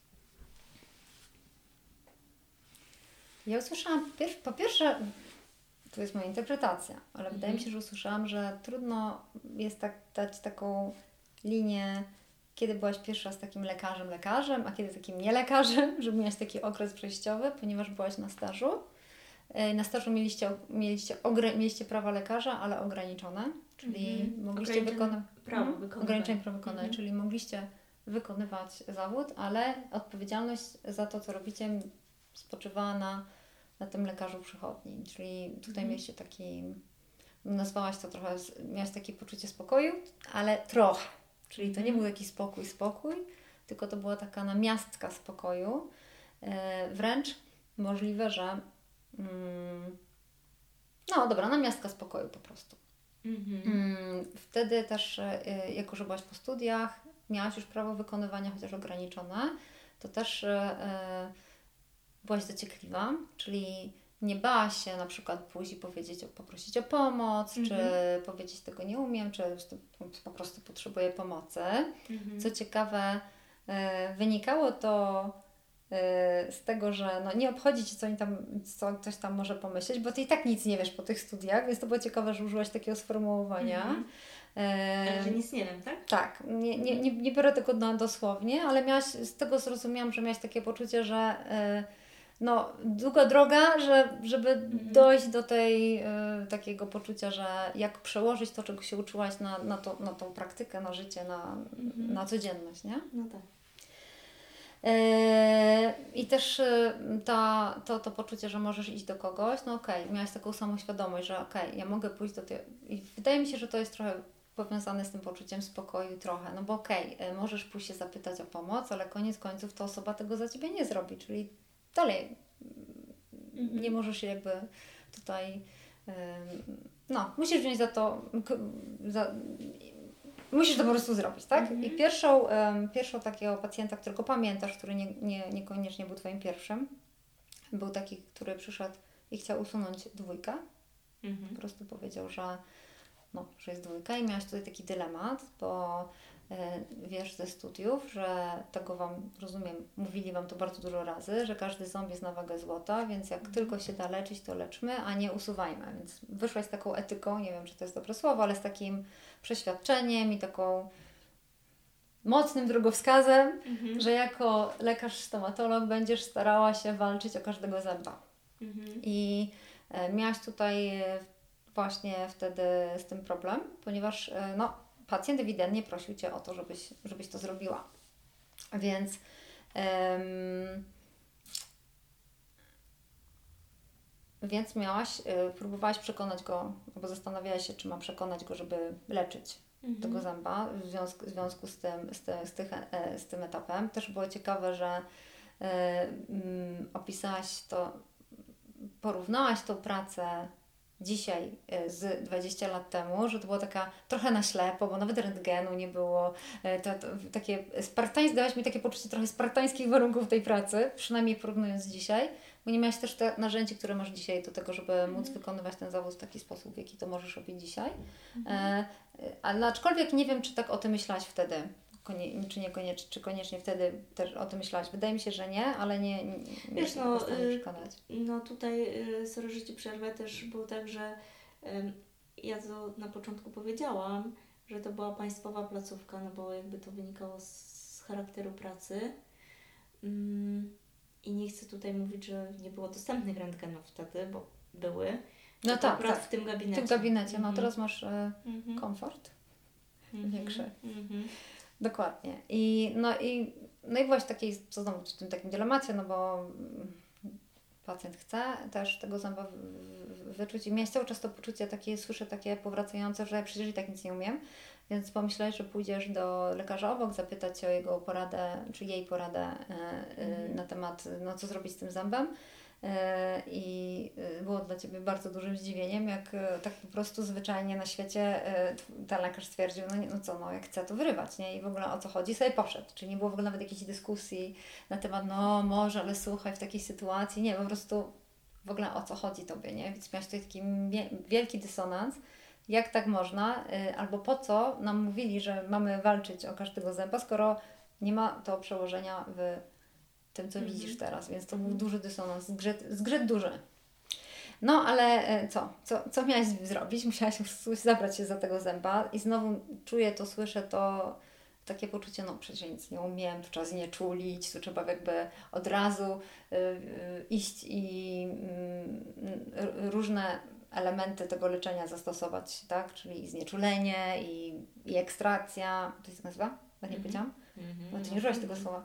ja usłyszałam, po pierwsze, to jest moja interpretacja, ale mhm. wydaje mi się, że usłyszałam, że trudno jest tak dać taką linię, kiedy byłaś pierwsza z takim lekarzem, lekarzem, a kiedy takim nie lekarzem, żeby miałaś taki okres przejściowy, ponieważ byłaś na stażu. Na stażu mieliście, mieliście, ogre, mieliście prawa lekarza, ale ograniczone, czyli mm-hmm. mogliście wykonywać prawo wykonywania. Ograniczenie prawo wykonania, mm-hmm. czyli mogliście wykonywać zawód, ale odpowiedzialność za to, co robicie, spoczywała na, na tym lekarzu przychodni. Czyli tutaj mm-hmm. mieliście taki, nazwałaś to trochę, miałaś takie poczucie spokoju, ale trochę. Czyli to nie był taki spokój, spokój, tylko to była taka namiastka spokoju. Yy, wręcz możliwe, że no dobra, namiastka spokoju po prostu. Mm-hmm. Wtedy też, jako że byłaś po studiach, miałaś już prawo wykonywania, chociaż ograniczone, to też e, byłaś dociekliwa, czyli nie bałaś się na przykład pójść i powiedzieć, poprosić o pomoc, mm-hmm. czy powiedzieć tego nie umiem, czy po prostu potrzebuję pomocy. Mm-hmm. Co ciekawe, e, wynikało to z tego, że no nie obchodzi Cię, co, oni tam, co ktoś tam może pomyśleć, bo Ty i tak nic nie wiesz po tych studiach, więc to było ciekawe, że użyłaś takiego sformułowania. Mhm. E... że nic nie wiem, tak? Tak, nie, nie, nie, nie biorę tego na dosłownie, ale miałaś, z tego zrozumiałam, że miałaś takie poczucie, że no długa droga, że, żeby mhm. dojść do tej takiego poczucia, że jak przełożyć to, czego się uczyłaś na, na, to, na tą praktykę, na życie, na, mhm. na codzienność, nie? No tak. I też ta, to, to poczucie, że możesz iść do kogoś, no okej, okay, miałaś taką samoświadomość, że okej, okay, ja mogę pójść do tej... I wydaje mi się, że to jest trochę powiązane z tym poczuciem spokoju trochę, no bo okej, okay, możesz pójść się zapytać o pomoc, ale koniec końców ta osoba tego za Ciebie nie zrobi, czyli dalej mhm. nie możesz się jakby tutaj... No, musisz wziąć za to... Za, musisz to po prostu zrobić, tak? Mm-hmm. I pierwszą, um, pierwszą takiego pacjenta, którego pamiętasz, który nie, nie, niekoniecznie był Twoim pierwszym, był taki, który przyszedł i chciał usunąć dwójkę. Mm-hmm. Po prostu powiedział, że, no, że jest dwójka i miałaś tutaj taki dylemat, bo y, wiesz ze studiów, że tego Wam, rozumiem, mówili Wam to bardzo dużo razy, że każdy ząb jest na wagę złota, więc jak mm-hmm. tylko się da leczyć, to leczmy, a nie usuwajmy. Więc wyszłaś z taką etyką, nie wiem, czy to jest dobre słowo, ale z takim przeświadczeniem i taką mocnym drogowskazem, mhm. że jako lekarz stomatolog będziesz starała się walczyć o każdego zęba. Mhm. I e, miałaś tutaj e, właśnie wtedy z tym problem, ponieważ e, no, pacjent ewidentnie prosił Cię o to, żebyś, żebyś to zrobiła. Więc em, Więc miałaś, y, próbowałaś przekonać go, albo zastanawiałaś się, czy mam przekonać go, żeby leczyć mhm. tego zęba w związku, w związku z, tym, z, ty, z, tych, e, z tym etapem. Też było ciekawe, że y, y, opisałaś to, porównałaś tą pracę dzisiaj y, z dwadzieścia lat temu, że to była taka trochę na ślepo, bo nawet rentgenu nie było. y, To, to, takie spartańskie, dałaś mi takie poczucie trochę spartańskich warunków tej pracy, przynajmniej porównując z dzisiaj, bo nie miałaś też te narzędzi, które masz dzisiaj do tego, żeby móc wykonywać ten zawód w taki sposób, w jaki to możesz robić dzisiaj. E, ale aczkolwiek nie wiem, czy tak o tym myślałaś wtedy. Konie, czy niekoniecznie, czy koniecznie wtedy też o tym myślałaś. Wydaje mi się, że nie, ale nie, nie, nie Wiesz, jestem no, w stanie y, przekonać. No tutaj, y, sorry, że Ci przerwę, też było tak, że ym, ja to na początku powiedziałam, że to była państwowa placówka, no bo jakby to wynikało z, z charakteru pracy. Ym, I nie chcę tutaj mówić, że nie było dostępnych rentgenów wtedy, bo były. No Tylko tak, akurat tak. w tym W gabinecie. tym gabinecie, no Mhm. teraz masz e, Mhm. komfort Mhm. większy. Mhm. Dokładnie. I no i, no i właśnie takiej, co znowu w tym takim dylemacie, no bo mm, pacjent chce też tego zęba w- w- wyczuć i miałeś cały czas to poczucie takie, słyszę takie powracające, że przecież i tak nic nie umiem, więc pomyślałeś, że pójdziesz do lekarza obok, zapytać o jego poradę, czy jej poradę e, e, Mhm. na temat, no co zrobić z tym zębem. E, I e, było dla Ciebie bardzo dużym zdziwieniem, jak e, tak po prostu zwyczajnie na świecie e, tw- ten lekarz stwierdził, no, nie, no co, no jak chce to wyrywać, nie? I w ogóle o co chodzi, sobie poszedł. Czyli nie było w ogóle nawet jakiejś dyskusji na temat, no może, ale słuchaj, w takiej sytuacji, nie, po prostu w ogóle o co chodzi Tobie, nie? Więc miałeś tutaj taki mie- wielki dysonans, jak tak można, y, albo po co nam mówili, że mamy walczyć o każdego zęba, skoro nie ma to przełożenia w tym, co Mhm. widzisz teraz, więc to był Mhm. duży dysonans, zgrzyt, zgrzyt duży. No, ale e, co? co? Co miałaś zrobić? Musiałaś już zabrać się za tego zęba i znowu czuję to, słyszę to, takie poczucie, no przecież nic nie umiem, tu trzeba znieczulić, tu trzeba jakby od razu y, y, iść i y, y, różne elementy tego leczenia zastosować, tak? Czyli znieczulenie i, i ekstrakcja. To się tak nazywa? Tak nie Mhm. powiedziałam? Mhm. No ty nie użyłaś tego Mhm. słowa.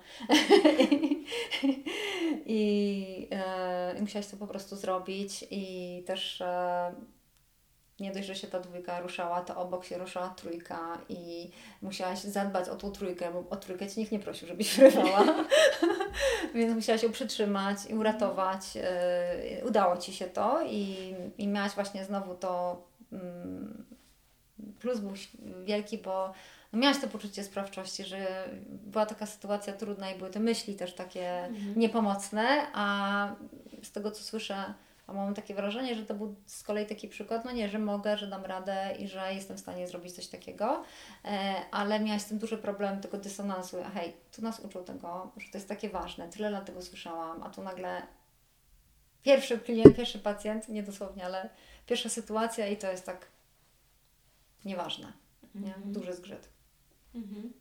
I e, musiałaś to po prostu zrobić i też e, nie dość, że się ta dwójka ruszała, to obok się ruszała trójka i musiałaś zadbać o tą trójkę, bo o trójkę Ci nikt nie prosił, żebyś wyrywała. Więc musiałaś ją przytrzymać i uratować. E, udało Ci się to i, i miałaś właśnie znowu to mm, plus był wielki, bo no miałaś to poczucie sprawczości, że była taka sytuacja trudna i były te myśli też takie Mhm. niepomocne, a z tego co słyszę, a mam takie wrażenie, że to był z kolei taki przykład, no nie, że mogę, że dam radę i że jestem w stanie zrobić coś takiego, e, ale miałaś z tym duży problem tego dysonansu. A hej, tu nas uczą tego, że to jest takie ważne, tyle lat tego słyszałam, a tu nagle pierwszy klient, pierwszy pacjent, nie dosłownie, ale pierwsza sytuacja i to jest tak nieważne, nie? Mhm. Duży zgrzyt. Mhm.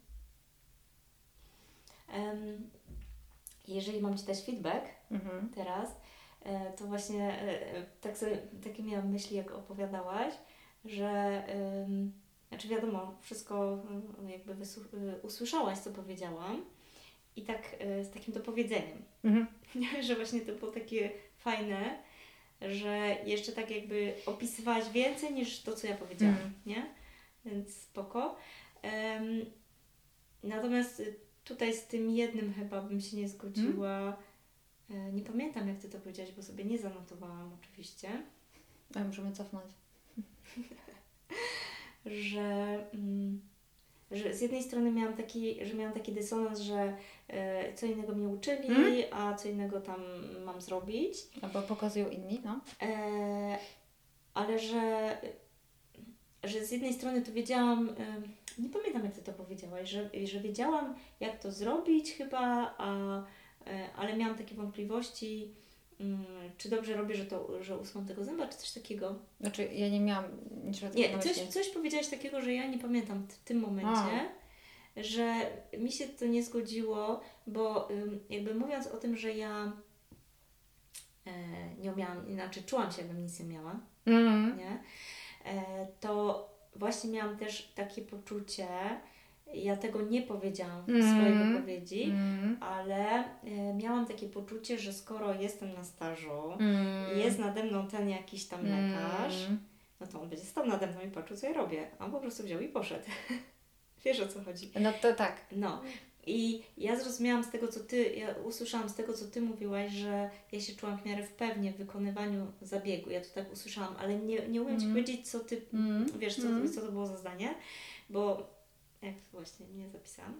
Em, jeżeli mam Ci dać feedback Mhm. teraz, e, to właśnie e, tak sobie, takie miałam myśli, jak opowiadałaś, że em, znaczy wiadomo, wszystko e, jakby wysłu- e, usłyszałaś, co powiedziałam i tak e, z takim dopowiedzeniem, Mhm. że właśnie to było takie fajne, że jeszcze tak jakby opisywałaś więcej niż to, co ja powiedziałam, Mhm. nie? Więc spoko. Em, natomiast y, tutaj z tym jednym chyba bym się nie zgodziła. E, nie pamiętam, jak Ty to powiedziałaś, bo sobie nie zanotowałam oczywiście, A możemy cofnąć. że, mm, że z jednej strony miałam taki, że miałam taki dysonans, że e, co innego mnie uczyli, Mhm. a co innego tam mam zrobić. Albo pokazują inni, no. E, ale że, że z jednej strony to wiedziałam, e, nie pamiętam jak Ty to powiedziałaś, że, że wiedziałam jak to zrobić chyba, a, e, ale miałam takie wątpliwości, mm, czy dobrze robię, że, to, że usuwam tego zęba, czy coś takiego. Znaczy, ja nie miałam niczego Nie, takiego na coś, myśli. coś powiedziałaś takiego, że ja nie pamiętam w tym momencie, że mi się to nie zgodziło, bo ym, jakby mówiąc o tym, że ja e, nie umiałam, inaczej czułam się, jakbym nic nie miała, Mhm. nie? E, to właśnie miałam też takie poczucie, ja tego nie powiedziałam w Mhm. swojej wypowiedzi, Mhm. ale e, miałam takie poczucie, że skoro jestem na stażu Mhm. i jest nade mną ten jakiś tam lekarz, Mhm. no to on będzie stał nade mną i patrzył, co ja robię. A on po prostu wziął i poszedł. Wiesz, o co chodzi. No to tak. No, I ja zrozumiałam z tego, co ty, ja usłyszałam z tego, co ty mówiłaś, że ja się czułam w miarę w pewnie w wykonywaniu zabiegu. Ja to tak usłyszałam, ale nie, nie umiem ci Mm. powiedzieć, co ty, Mm. wiesz, co, Mm. co to było za zdanie, bo jak to właśnie nie zapisałam.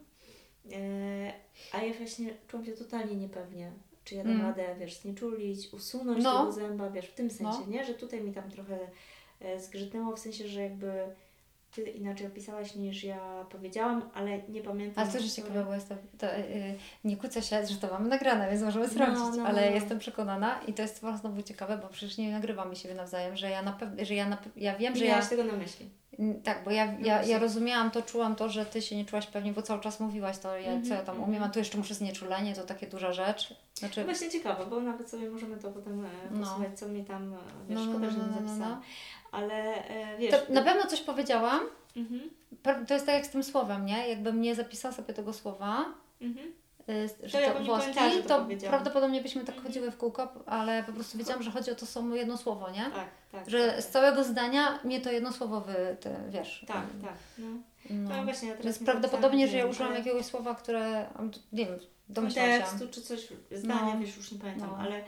E, a ja właśnie czułam się totalnie niepewnie, czy ja dam Mm. radę, wiesz, znieczulić, usunąć No. tego zęba, wiesz, w tym sensie, No. nie? Że tutaj mi tam trochę e, zgrzytnęło, w sensie, że jakby ty inaczej opisałaś niż ja powiedziałam, ale nie pamiętam. Ale to, że który- ciekawe, bo jestem, to, yy, nie kłócę się, że to mamy nagrane, więc możemy sprawdzić, no, ale no. jestem przekonana i to jest znowu ciekawe, bo przecież nie nagrywamy siebie nawzajem, że ja na pewno, że ja, na, pe- ja wiem, Nie że ja, miałaś tego na myśli. Mm, tak, bo ja, No ja, ja właśnie. rozumiałam to, czułam to, że Ty się nie czułaś pewnie, bo cały czas mówiłaś to, ja, Mhm, co ja tam mhm. umiem, a tu jeszcze muszę znieczulenie, to takie duża rzecz. Znaczy, No właśnie ciekawe, bo nawet sobie możemy to potem e, No. posłuchać, co mi tam, e, wiesz, No, no, szkoda, no, że nie no, no, no. zapisałam. Ale e, wiesz... to na pewno coś powiedziałam, Mhm, pra- to jest tak jak z tym słowem, nie? Jakbym nie zapisała sobie tego słowa, mhm. y, że To ja to bym nie włoski, pamiętała, że to to powiedziałam. prawdopodobnie byśmy tak Mhm. chodziły w kółko, ale po prostu wiedziałam, że chodzi o to samo jedno słowo, nie? Tak, tak. Że tak, z całego zdania mnie to jedno słowo wy, ty, wiesz. Tak, tak. No. No. No właśnie, ja teraz Więc nie prawdopodobnie, że ja zapisałam, użyłam ale- jakiegoś słowa, które, nie wiem, domyślałam się. kontekstu czy coś, zdania, No. wiesz, już nie pamiętam, No. ale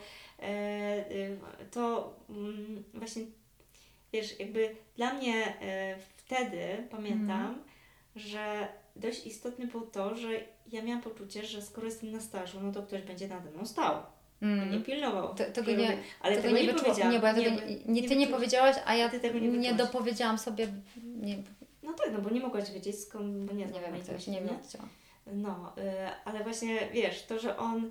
e, y, to mm, właśnie, wiesz, jakby dla mnie e, wtedy pamiętam, Mhm. że dość istotne było to, że ja miałam poczucie, że skoro jestem na stażu, no to ktoś będzie nade mną stał. Mm. Nie pilnował. Te- tego że nie- robię- ale tego tego nie, wyczuła- powiedziałam. Nie, bo ja tego nie, nie, nie, ty nie wyczułaś- powiedziałaś, a ja ty tego nie nie, wyczułaś. dopowiedziałam sobie, nie, No tak, no bo nie mogłaś wiedzieć skąd, bo nie nie znam wiem, moich jak to myśli, nie wiem, nie? jak to działa. No, y, ale właśnie wiesz, to, że on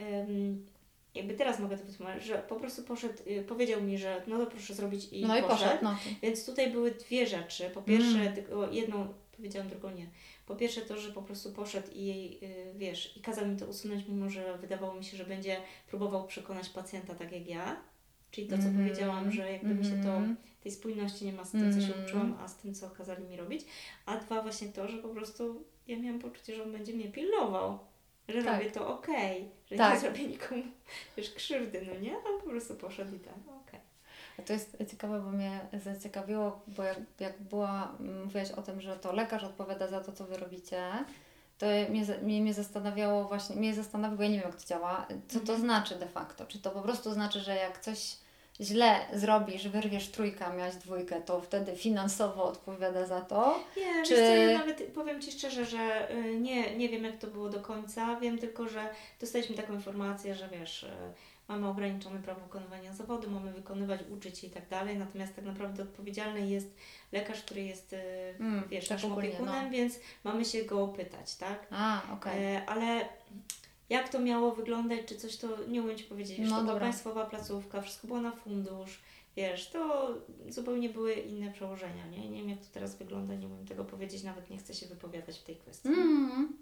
ym, jakby teraz mogę to wytłumaczyć, że po prostu poszedł, y, powiedział mi, że no to proszę zrobić i No i poszedł. poszedł, no. to- Więc tutaj były dwie rzeczy. Po pierwsze, Mm. tylko jedną powiedziałam, drugą nie. Po pierwsze to, że po prostu poszedł i jej, y, wiesz, i kazał mi to usunąć, mimo że wydawało mi się, że będzie próbował przekonać pacjenta tak jak ja. Czyli to, co Mhm. powiedziałam, że jakby mi się to, Mhm. tej spójności nie ma z tym, co się Mhm. uczyłam, a z tym, co kazali mi robić. A dwa, właśnie to, że po prostu ja miałam poczucie, że on będzie mnie pilnował. Że Tak. robię to okej, że Tak. nie zrobię nikomu, wiesz, krzywdy, no nie? A po prostu poszedł i tak, okej. A to jest ciekawe, bo mnie zaciekawiło, bo jak, jak była, mówiłaś o tym, że to lekarz odpowiada za to, co Wy robicie, to mnie, za- mnie, mnie zastanawiało właśnie, mnie zastanawiało, bo ja nie wiem, jak to działa, co to Mhm. znaczy de facto. Czy to po prostu znaczy, że jak coś źle zrobisz, wyrwiesz trójkę, a miałaś dwójkę, to wtedy finansowo odpowiada za to? Nie, Czy- wiesz co, ja nawet powiem Ci szczerze, że y, nie, nie wiem jak to było do końca, wiem tylko, że dostaliśmy taką informację, że wiesz, y, mamy ograniczone prawo wykonywania zawodu, mamy wykonywać, uczyć się i tak dalej, natomiast tak naprawdę odpowiedzialny jest lekarz, który jest, y, Mm, wiesz, tak naszym ogólnie, opiekunem, no. więc mamy się go pytać, tak? A, okej. E, ale jak to miało wyglądać, czy coś, to nie umiem Ci powiedzieć. Wiesz, No to była dobra. państwowa placówka, wszystko było na fundusz, wiesz, to zupełnie były inne przełożenia, nie? Nie wiem, jak to teraz wygląda, nie umiem tego powiedzieć, nawet nie chcę się wypowiadać w tej kwestii. Mm,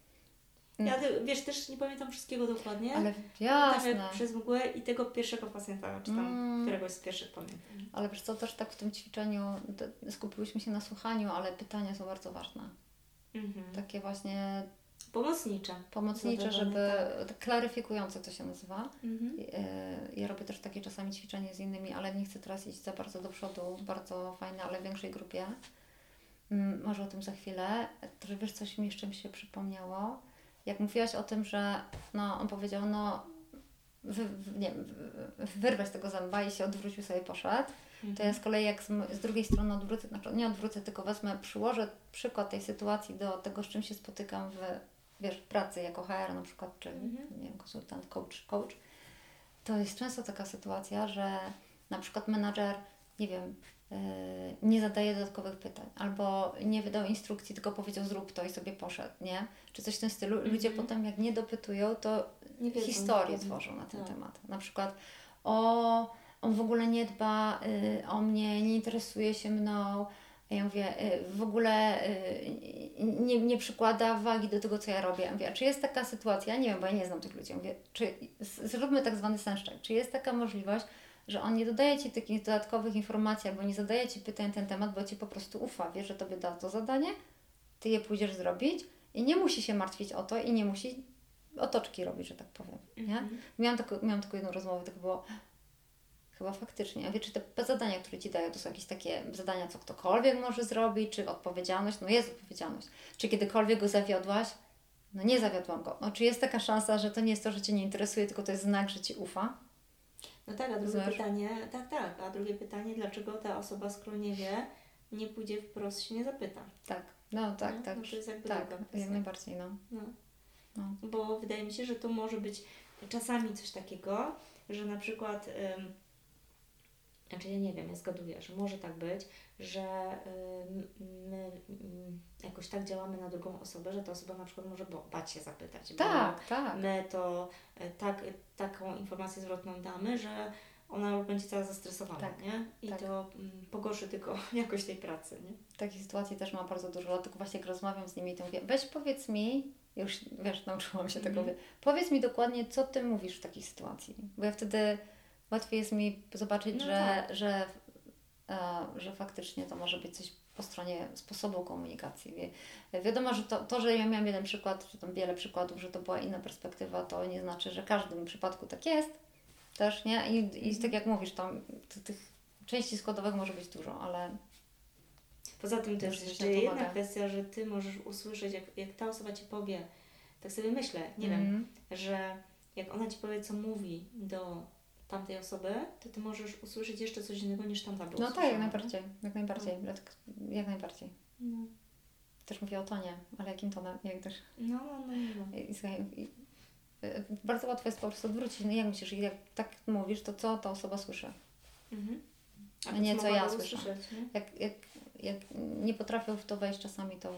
Ja, te- wiesz, też nie pamiętam wszystkiego dokładnie. ale Tak jasne. jak przez mgłę i tego pierwszego pacjenta, czy tam Mm. któregoś z pierwszych pamiętam. Ale wiesz co, też tak w tym ćwiczeniu to skupiłyśmy się na słuchaniu, ale pytania są bardzo ważne. Mhm. Takie właśnie Pomocnicze. pomocnicze, żeby Zadane, tak. klaryfikujące to się nazywa. Mhm. I- Ja robię też takie czasami ćwiczenie z innymi, ale nie chcę teraz iść za bardzo do przodu, bardzo fajne, ale w większej grupie. Mm, Może o tym za chwilę. To, że wiesz, coś mi jeszcze mi się przypomniało. Jak mówiłaś o tym, że no, on powiedział, no wy, wy, nie, wiem, wy- wyrwać tego zęba i się odwrócił sobie poszedł. To ja z kolei jak z, m- z drugiej strony odwrócę, znaczy nie odwrócę, tylko wezmę, przyłożę przykład tej sytuacji do tego, z czym się spotykam w, wiesz, w pracy jako H R na przykład, czy Mhm. nie wiem, konsultant, coach, coach. To jest często taka sytuacja, że na przykład menadżer, nie wiem, yy, nie zadaje dodatkowych pytań, albo nie wydał instrukcji, tylko powiedział zrób to i sobie poszedł, nie? Czy coś w tym stylu. Ludzie Mhm. potem jak nie dopytują, to Nie wiedzą, historię dokładnie. tworzą na ten Tak. temat. Na przykład o, on w ogóle nie dba y, o mnie, nie interesuje się mną. Ja mówię, y, w ogóle y, nie, nie przykłada wagi do tego, co ja robię. Ja mówię, a czy jest taka sytuacja, nie wiem, bo ja nie znam tych ludzi, ja mówię, czy z- zróbmy tak zwany sense check, czy jest taka możliwość, że on nie dodaje Ci takich dodatkowych informacji, albo nie zadaje Ci pytań na ten temat, bo Ci po prostu ufa, wie, że Tobie da to zadanie, Ty je pójdziesz zrobić i nie musi się martwić o to i nie musi otoczki robić, że tak powiem, nie? Mhm. Miałam, taką, miałam taką jedną rozmowę, tak było, chyba faktycznie, a wie, czy te zadania, które Ci dają, to są jakieś takie zadania, co ktokolwiek może zrobić, czy odpowiedzialność, no jest odpowiedzialność. Czy kiedykolwiek go zawiodłaś? no nie zawiodłam go. No, czy jest taka szansa, że to nie jest to, że Cię nie interesuje, tylko to jest znak, że Ci ufa? No tak, a drugie Rozumiesz? pytanie, tak, tak, a drugie pytanie, dlaczego ta osoba, skoro nie wie, nie pójdzie wprost, się nie zapyta. Tak, no tak, No, tak. no to jest jakby tak, druga kwestia. jak najbardziej, no. No. no. Bo wydaje mi się, że to może być czasami coś takiego, że na przykład, ym, znaczy ja nie wiem, ja zgaduję, że może tak być, że ym, my ym, jakoś tak działamy na drugą osobę, że ta osoba na przykład może bo- bać się zapytać. Tak, bo tak. My to y, tak, y, taką informację zwrotną damy, że ona już będzie cała zestresowana, Tak, nie? I tak. to ym, pogorszy tylko jakość tej pracy, nie? Takich sytuacji też mam bardzo dużo, dlatego właśnie jak rozmawiam z nimi, to mówię, weź powiedz mi, już wiesz, nauczyłam się tego, Mhm. mówię, powiedz mi dokładnie, co Ty mówisz w takiej sytuacji, bo ja wtedy łatwiej jest mi zobaczyć, No że, tak. że, e, że faktycznie to może być coś po stronie sposobu komunikacji. Wie, wiadomo, że to, to, że ja miałam jeden przykład, czy tam wiele przykładów, że to była inna perspektywa, to nie znaczy, że w każdym przypadku tak jest, też, nie? I, i tak jak mówisz, tam t- tych części składowych może być dużo, ale Poza tym To też już jeszcze na to jedna uwaga. kwestia, że Ty możesz usłyszeć, jak, jak ta osoba Ci powie, tak sobie myślę, nie wiem, Mhm. że jak ona Ci powie, co mówi do tamtej osoby, to Ty możesz usłyszeć jeszcze coś innego niż tamta by No tak, usłyszała, jak nie? najbardziej, jak najbardziej, dlatego- jak najbardziej. No, Też mówię o tonie, ale jakim tonem, jak też, no, no, no. no. i, słuchaj, i, y, bardzo łatwo jest po prostu odwrócić, no jak myślisz, jak tak mówisz, to co ta osoba słyszy? Mhm. A to nie, co ja mogłaby słyszę. usłyszeć, nie? Jak, jak, jak nie potrafią w to wejść czasami, to,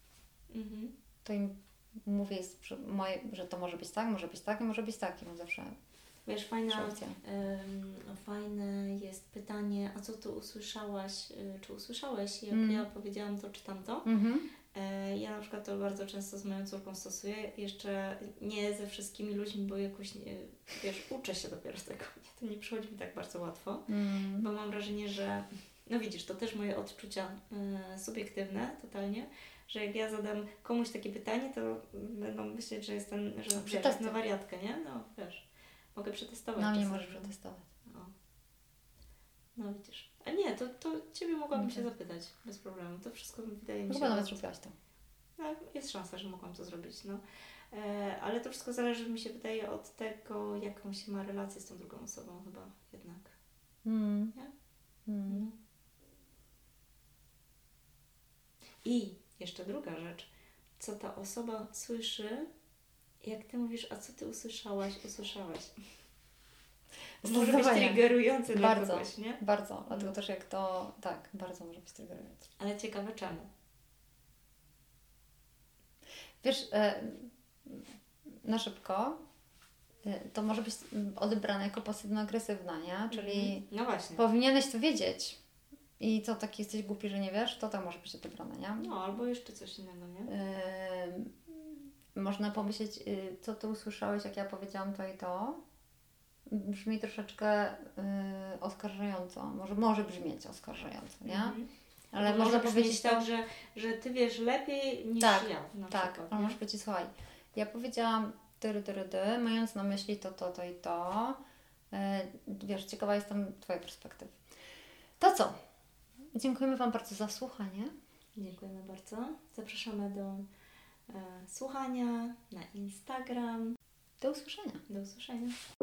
Mhm. to im mówię, jest, że, moje, że to może być tak, może być tak i może być tak, i mam zawsze Wiesz, fajna, opcja. ym, fajne jest pytanie, a co Ty usłyszałaś, y, czy usłyszałeś, jak Mm. ja powiedziałam to czy tamto? Mhm. E, Ja na przykład to bardzo często z moją córką stosuję. Jeszcze nie ze wszystkimi ludźmi, bo jakoś, nie, wiesz, uczę się dopiero tego. To nie przychodzi mi tak bardzo łatwo, Mm. bo mam wrażenie, że, no widzisz, to też moje odczucia e, subiektywne totalnie, że jak ja zadam komuś takie pytanie, to będą myśleć, że jestem, że wiesz, przetestuj. na wariatkę, nie? No wiesz, mogę przetestować. Na mnie czasem, możesz że- przetestować. o. No widzisz. A nie, to, to Ciebie mogłabym Okej. się zapytać bez problemu. To wszystko wydaje mi się... Chyba nawet od- zrobiłaś to. No, jest szansa, że mogłam to zrobić, no. E, ale to wszystko zależy, mi się wydaje, od tego, jaką się ma relację z tą drugą osobą chyba jednak. Mm. Nie? Mm. I jeszcze druga rzecz, co ta osoba słyszy, jak Ty mówisz, a co Ty usłyszałaś, usłyszałaś. Może być Zdecydowanie. triggerujący dla Bardzo. kogoś, nie? Bardzo, dlatego No. też jak to, tak, bardzo może być triggerujące. Ale ciekawe czemu. Wiesz, e, na szybko e, to może być odebrane jako pasywno-agresywna, nie? Czyli Mhm. No właśnie. powinieneś to wiedzieć i co, taki jesteś głupi, że nie wiesz, to tak może być odebrane, nie? No, albo jeszcze coś innego, nie? E, można pomyśleć, y, co ty usłyszałeś, jak ja powiedziałam to i to. Brzmi troszeczkę y, oskarżająco, może, może brzmieć oskarżająco, nie? Mhm. Ale Albo można może powiedzieć brzmieć to, tak, że, że Ty wiesz lepiej niż Tak, ja na tak, przykład. ale nie? możesz powiedzieć, słuchaj, ja powiedziałam tyry, tyry, dy, mając na myśli to, to, to i to. E, wiesz, ciekawa jestem Twojej perspektywy. To co? Dziękujemy Wam bardzo za słuchanie. Dziękujemy bardzo. Zapraszamy do e, słuchania na Instagram. Do usłyszenia. Do usłyszenia.